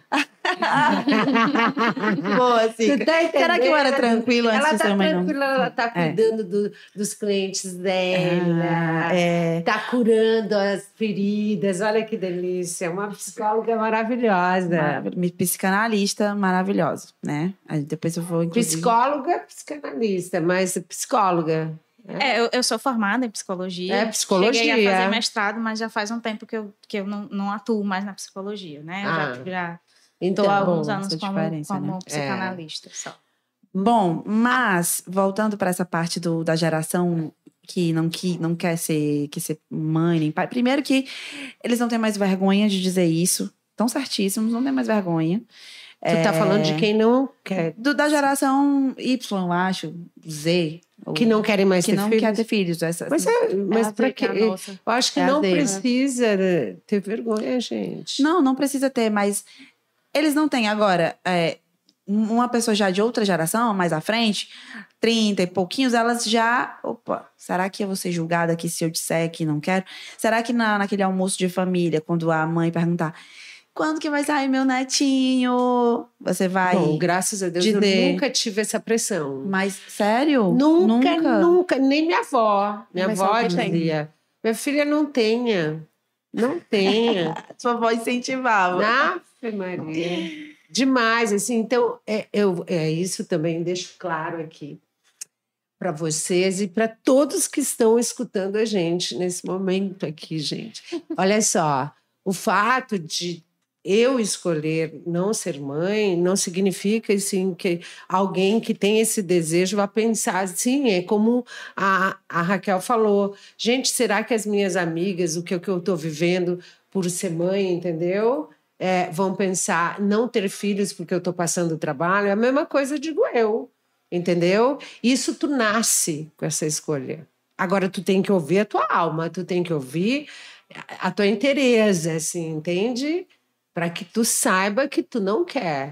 Boa, assim. Será que eu era tranquila antes ela de tá ser mãe? Não? tranquila, ela tá cuidando dos clientes dela, É. tá curando as feridas. Olha que delícia. Uma psicóloga maravilhosa. Psicanalista maravilhosa, né? Aí depois eu vou, inclusive... Psicóloga, psicanalista, mas psicóloga. Eu sou formada em psicologia. É, psicologia. Cheguei a fazer mestrado, mas já faz um tempo que eu não atuo mais na psicologia, né? Eu já estou há alguns anos como psicanalista só. Bom, mas voltando para essa parte da geração que não quer ser mãe nem pai. Primeiro que eles não têm mais vergonha de dizer isso. Estão certíssimos, não tem mais vergonha. Tu tá falando de quem não quer. Da geração Y, eu acho, Z. Que não querem mais ter filhos. Que não quer ter filhos. Mas para quê? Eu acho que não precisa ter vergonha, gente. Não precisa ter, mas eles não têm. Agora, uma pessoa já de outra geração, mais à frente, 30 e pouquinhos, elas já... Opa, será que eu vou ser julgada aqui se eu disser que não quero? Será que naquele almoço de família, quando a mãe perguntar... Quando que vai sair meu netinho? Você vai... Bom, graças a Deus, eu nunca tive essa pressão. Mas, sério? Nunca. Nem minha avó. Minha avó dizia, minha filha não tenha. Não tenha. Sua avó incentivava. Ave Maria. Demais, assim. Então, isso também deixo claro aqui para vocês e para todos que estão escutando a gente nesse momento aqui, gente. Olha só, o fato de eu escolher não ser mãe não significa assim, que alguém que tem esse desejo vai pensar assim, é como a Raquel falou, gente, será que as minhas amigas, o que eu estou vivendo por ser mãe, entendeu? Vão pensar não ter filhos porque eu estou passando trabalho, é a mesma coisa, digo eu, entendeu? Isso tu nasce com essa escolha. Agora tu tem que ouvir a tua alma, tu tem que ouvir a tua inteireza, assim, entende? Para que tu saiba que tu não quer.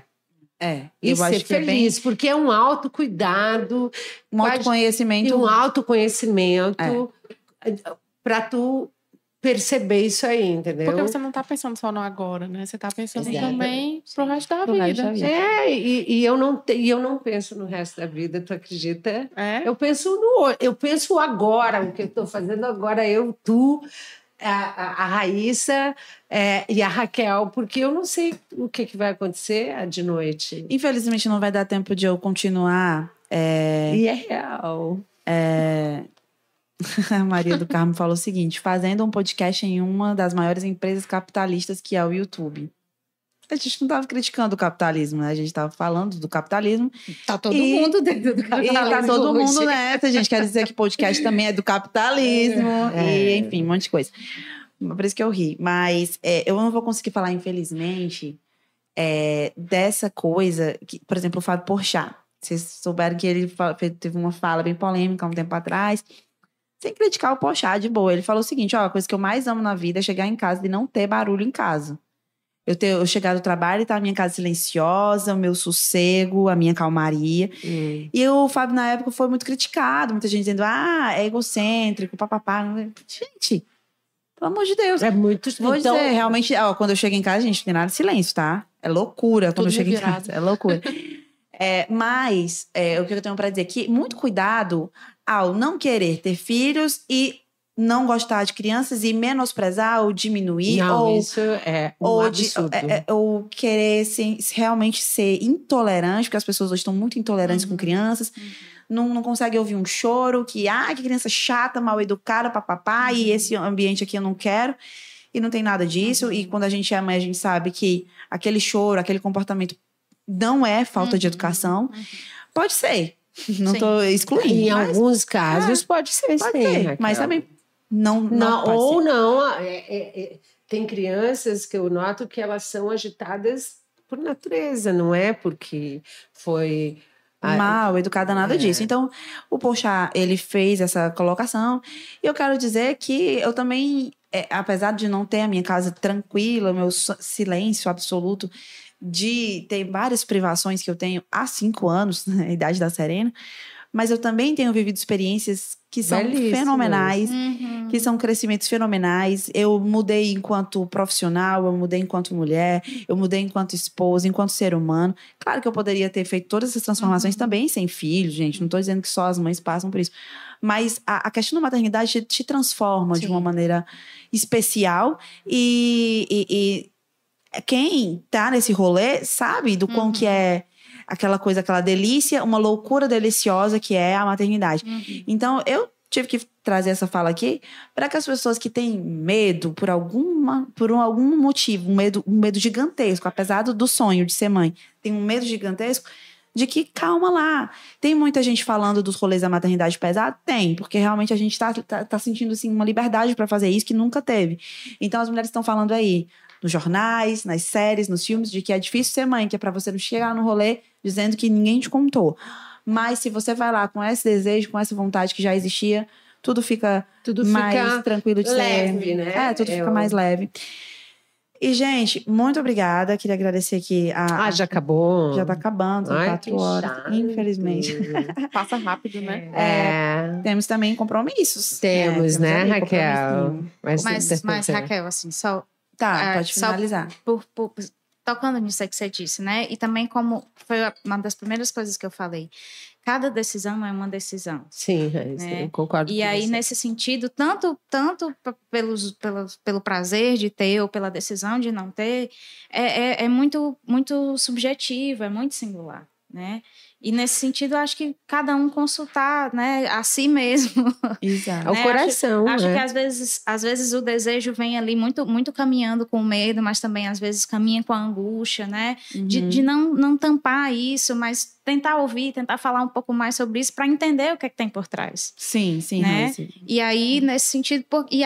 E ser acho que feliz, porque é um autocuidado. Um autoconhecimento. E um autoconhecimento para tu perceber isso aí, entendeu? Porque você não tá pensando só no agora, né? Você tá pensando Exato. também pro resto da Pro resto da vida. vida. E eu não penso no resto da vida, tu acredita? É? Eu penso agora, o que eu estou fazendo agora, tu, a Raíssa e a Raquel, porque eu não sei o que vai acontecer de noite. Infelizmente não vai dar tempo de eu continuar. E é real. A Maria do Carmo falou o seguinte: fazendo um podcast em uma das maiores empresas capitalistas que é o YouTube. A gente não estava criticando o capitalismo, né? A gente estava falando do capitalismo. Tá todo mundo dentro do E capitalismo. tá todo hoje. mundo nessa. A gente quer dizer que podcast também é do capitalismo. E, enfim, um monte de coisa. Por isso que eu ri. Mas eu não vou conseguir falar, infelizmente, dessa coisa. Que, por exemplo, o Fábio Porchat. Vocês souberam que ele teve uma fala bem polêmica há um tempo atrás. Sem criticar o Porchat, de boa. Ele falou o seguinte: ó, a coisa que eu mais amo na vida é chegar em casa e não ter barulho em casa. Eu chegar do trabalho e tá a minha casa silenciosa, o meu sossego, a minha calmaria. E o Fábio, na época, foi muito criticado. Muita gente dizendo, é egocêntrico, papapá. Gente, pelo amor de Deus. É muito... Vou dizer, realmente, quando eu chego em casa, gente, não tem nada de silêncio, tá? É loucura quando eu chego em casa. É loucura. Mas, o que eu tenho pra dizer aqui, muito cuidado ao não querer ter filhos e não gostar de crianças e menosprezar ou diminuir. Não, isso é um absurdo. Ou querer realmente ser intolerante, porque as pessoas hoje estão muito intolerantes com crianças. Não conseguem ouvir um choro, que criança chata, mal educada, papapá, e esse ambiente aqui eu não quero. E não tem nada disso. E quando a gente é mãe, a gente sabe que aquele choro, aquele comportamento não é falta de educação. Pode ser. Não estou excluindo. Em alguns casos pode ser, pode sim, ser. Raquel. Mas também não ou pode ser. não. Tem crianças que eu noto que elas são agitadas por natureza, não é porque foi... mal educada, nada disso. Então, o Porchat, ele fez essa colocação. E eu quero dizer que eu também, apesar de não ter a minha casa tranquila, meu silêncio absoluto, de ter várias privações que eu tenho há 5 anos, na idade da Serena, mas eu também tenho vivido experiências que são fenomenais, que são crescimentos fenomenais. Eu mudei enquanto profissional, eu mudei enquanto mulher, eu mudei enquanto esposa, enquanto ser humano. Claro que eu poderia ter feito todas essas transformações também sem filho, gente. Não estou dizendo que só as mães passam por isso. Mas a questão da maternidade te transforma de uma maneira especial e quem tá nesse rolê sabe do quão que é aquela coisa, aquela delícia, uma loucura deliciosa que é a maternidade. Então, eu tive que trazer essa fala aqui para que as pessoas que têm medo por algum motivo, um medo gigantesco, apesar do sonho de ser mãe, tem um medo gigantesco, de que calma lá. Tem muita gente falando dos rolês da maternidade pesada? Tem, porque realmente a gente tá sentindo assim, uma liberdade para fazer isso que nunca teve. Então, as mulheres estão falando aí nos jornais, nas séries, nos filmes, de que é difícil ser mãe, que é para você não chegar no rolê dizendo que ninguém te contou. Mas se você vai lá com esse desejo, com essa vontade que já existia, tudo fica mais tranquilo de leve, ser. né? Tudo fica mais leve. E, gente, muito obrigada. Queria agradecer aqui já acabou? Já tá acabando, são 4 horas, chato. infelizmente. Passa rápido, né? Temos também compromissos. Temos, né, ali Raquel? Mas, Raquel, assim, só... Tá, pode finalizar. Tocando nisso aí que você disse, né? E também como foi uma das primeiras coisas que eu falei, cada decisão é uma decisão. Sim, né? Eu concordo e com aí, você. nesse sentido, tanto pelo prazer de ter ou pela decisão de não ter, é muito, muito subjetivo, é muito singular, né? E nesse sentido, eu acho que cada um consultar, né, a si mesmo. Exato. É o coração. Acho que às vezes o desejo vem ali muito, muito caminhando com o medo, mas também às vezes caminha com a angústia, né? De não tampar isso, mas tentar ouvir, tentar falar um pouco mais sobre isso para entender o que é que tem por trás. Sim, né? E aí, nesse sentido,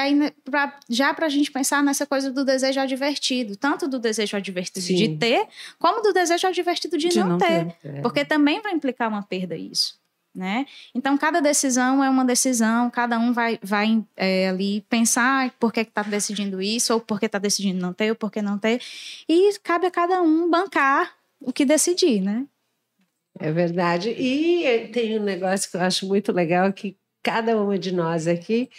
já para a gente pensar nessa coisa do desejo advertido, tanto do desejo advertido de ter, como do desejo advertido de não ter. Porque também vai implicar uma perda isso. Né? Então, cada decisão é uma decisão, cada um vai ali pensar por que está decidindo isso, ou por que está decidindo não ter, ou por que não ter, e cabe a cada um bancar o que decidir, né? É verdade. E tem um negócio que eu acho muito legal, que cada uma de nós aqui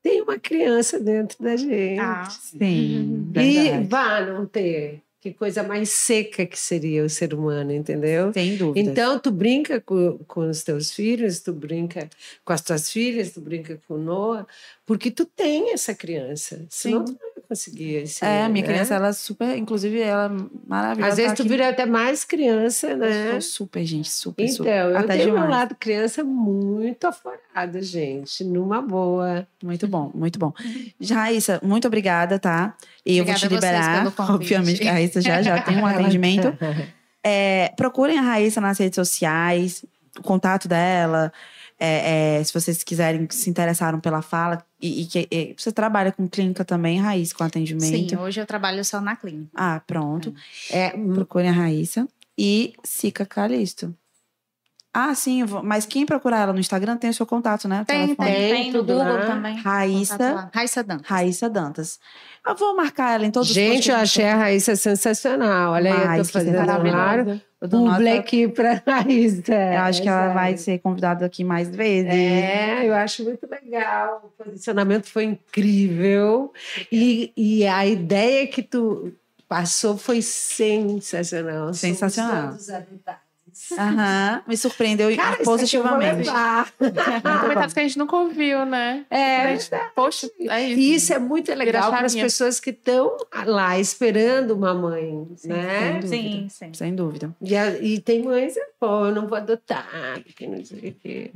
tem uma criança dentro da gente. Sim, E verdade. não ter. Que coisa mais seca que seria o ser humano, entendeu? Sem dúvida. Então, tu brinca com os teus filhos, tu brinca com as tuas filhas, tu brinca com o Noah, porque tu tem essa criança. Senão tu não ia conseguir. A minha criança, ela é super, inclusive, ela é maravilhosa. Às vezes tá tu aqui. vira até mais criança, né? Eu sou super, gente, super. Então, eu até tenho demais. um lado criança muito aforado, gente, numa boa. Muito bom, muito bom. Raíssa, muito obrigada, tá? E eu vou te Obrigada a vocês liberar. pelo convite. Obviamente, a Raíssa já tem um atendimento. Procurem a Raíssa nas redes sociais, o contato dela. Se vocês quiserem, se interessaram pela fala. E você trabalha com clínica também, Raíssa, com atendimento? Sim, hoje eu trabalho só na clínica. Ah, pronto. Procurem a Raíssa e Sica Calisto. Ah, sim, mas quem procurar ela no Instagram tem o seu contato, né? O Tem no tudo Google lá. também. Raíssa. Contato lá. Raíssa Dantas. Raíssa Dantas. Eu vou marcar ela em todos os Gente, eu posts. achei a Raíssa sensacional. Olha aí, eu Mas tô que fazendo Maravilhosa. Eu dou nota- publi aqui pra Raíssa. Eu acho que ela vai ser convidada aqui mais vezes. Eu acho muito legal. O posicionamento foi incrível. E a ideia que tu passou foi sensacional. Sensacional. Somos todos adotados. Aham, me surpreendeu Cara, positivamente. isso aqui eu vou levar. Comentários que a gente nunca ouviu, né? É, Poxa, é isso. e isso é muito legal para as chavinha. pessoas que estão lá esperando uma mãe, né? Sim, sim. Sem dúvida. E tem mães, pô, eu não vou adotar, porque não sei o quê.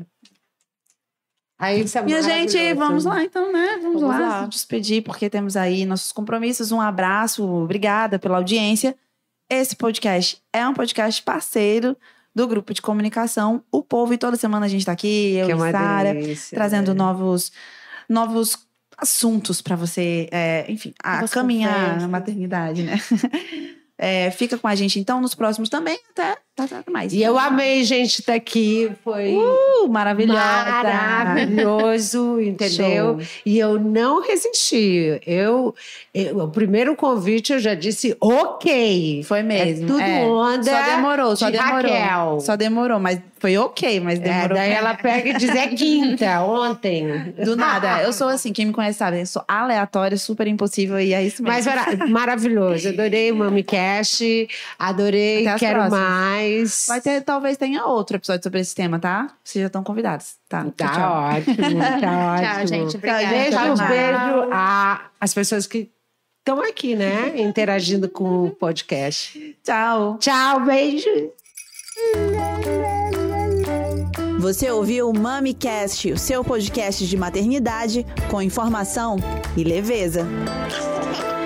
Aí, isso é Minha gente, maravilhoso. vamos lá então, né? Vamos lá lá. se despedir, porque temos aí nossos compromissos. Um abraço, obrigada pela audiência. Esse podcast é um podcast parceiro do grupo de comunicação O Povo. E toda semana a gente tá aqui, eu Que é e uma Sara, delícia, trazendo né? novos assuntos para você, enfim, Novas caminhar conversas. na maternidade, né? Fica com a gente então nos próximos também. Até mais. E eu amei, gente, estar aqui. Foi Maravilhosa. maravilhoso, entendeu? Show. E eu não resisti. O primeiro convite eu já disse ok. Foi mesmo. É tudo onda Só de demorou. Raquel. Só demorou, mas foi ok, mas demorou. Daí ela pega e diz, é quinta, ontem. Do nada. Eu sou assim, quem me conhece sabe, eu sou aleatória, super impossível e é isso mesmo. Mas maravilhoso. Adorei o MamiCast. Adorei, Até as quero próximas. mais. Talvez tenha outro episódio sobre esse tema, tá? Vocês já estão convidados, tá? Tá Tchau. ótimo, tá ótimo. Tchau, gente. Obrigada. Beijo, Tchau. beijo às pessoas que estão aqui, né? Interagindo com o podcast. Tchau. Tchau, beijo. Você ouviu o MamiCast, o seu podcast de maternidade com informação e leveza.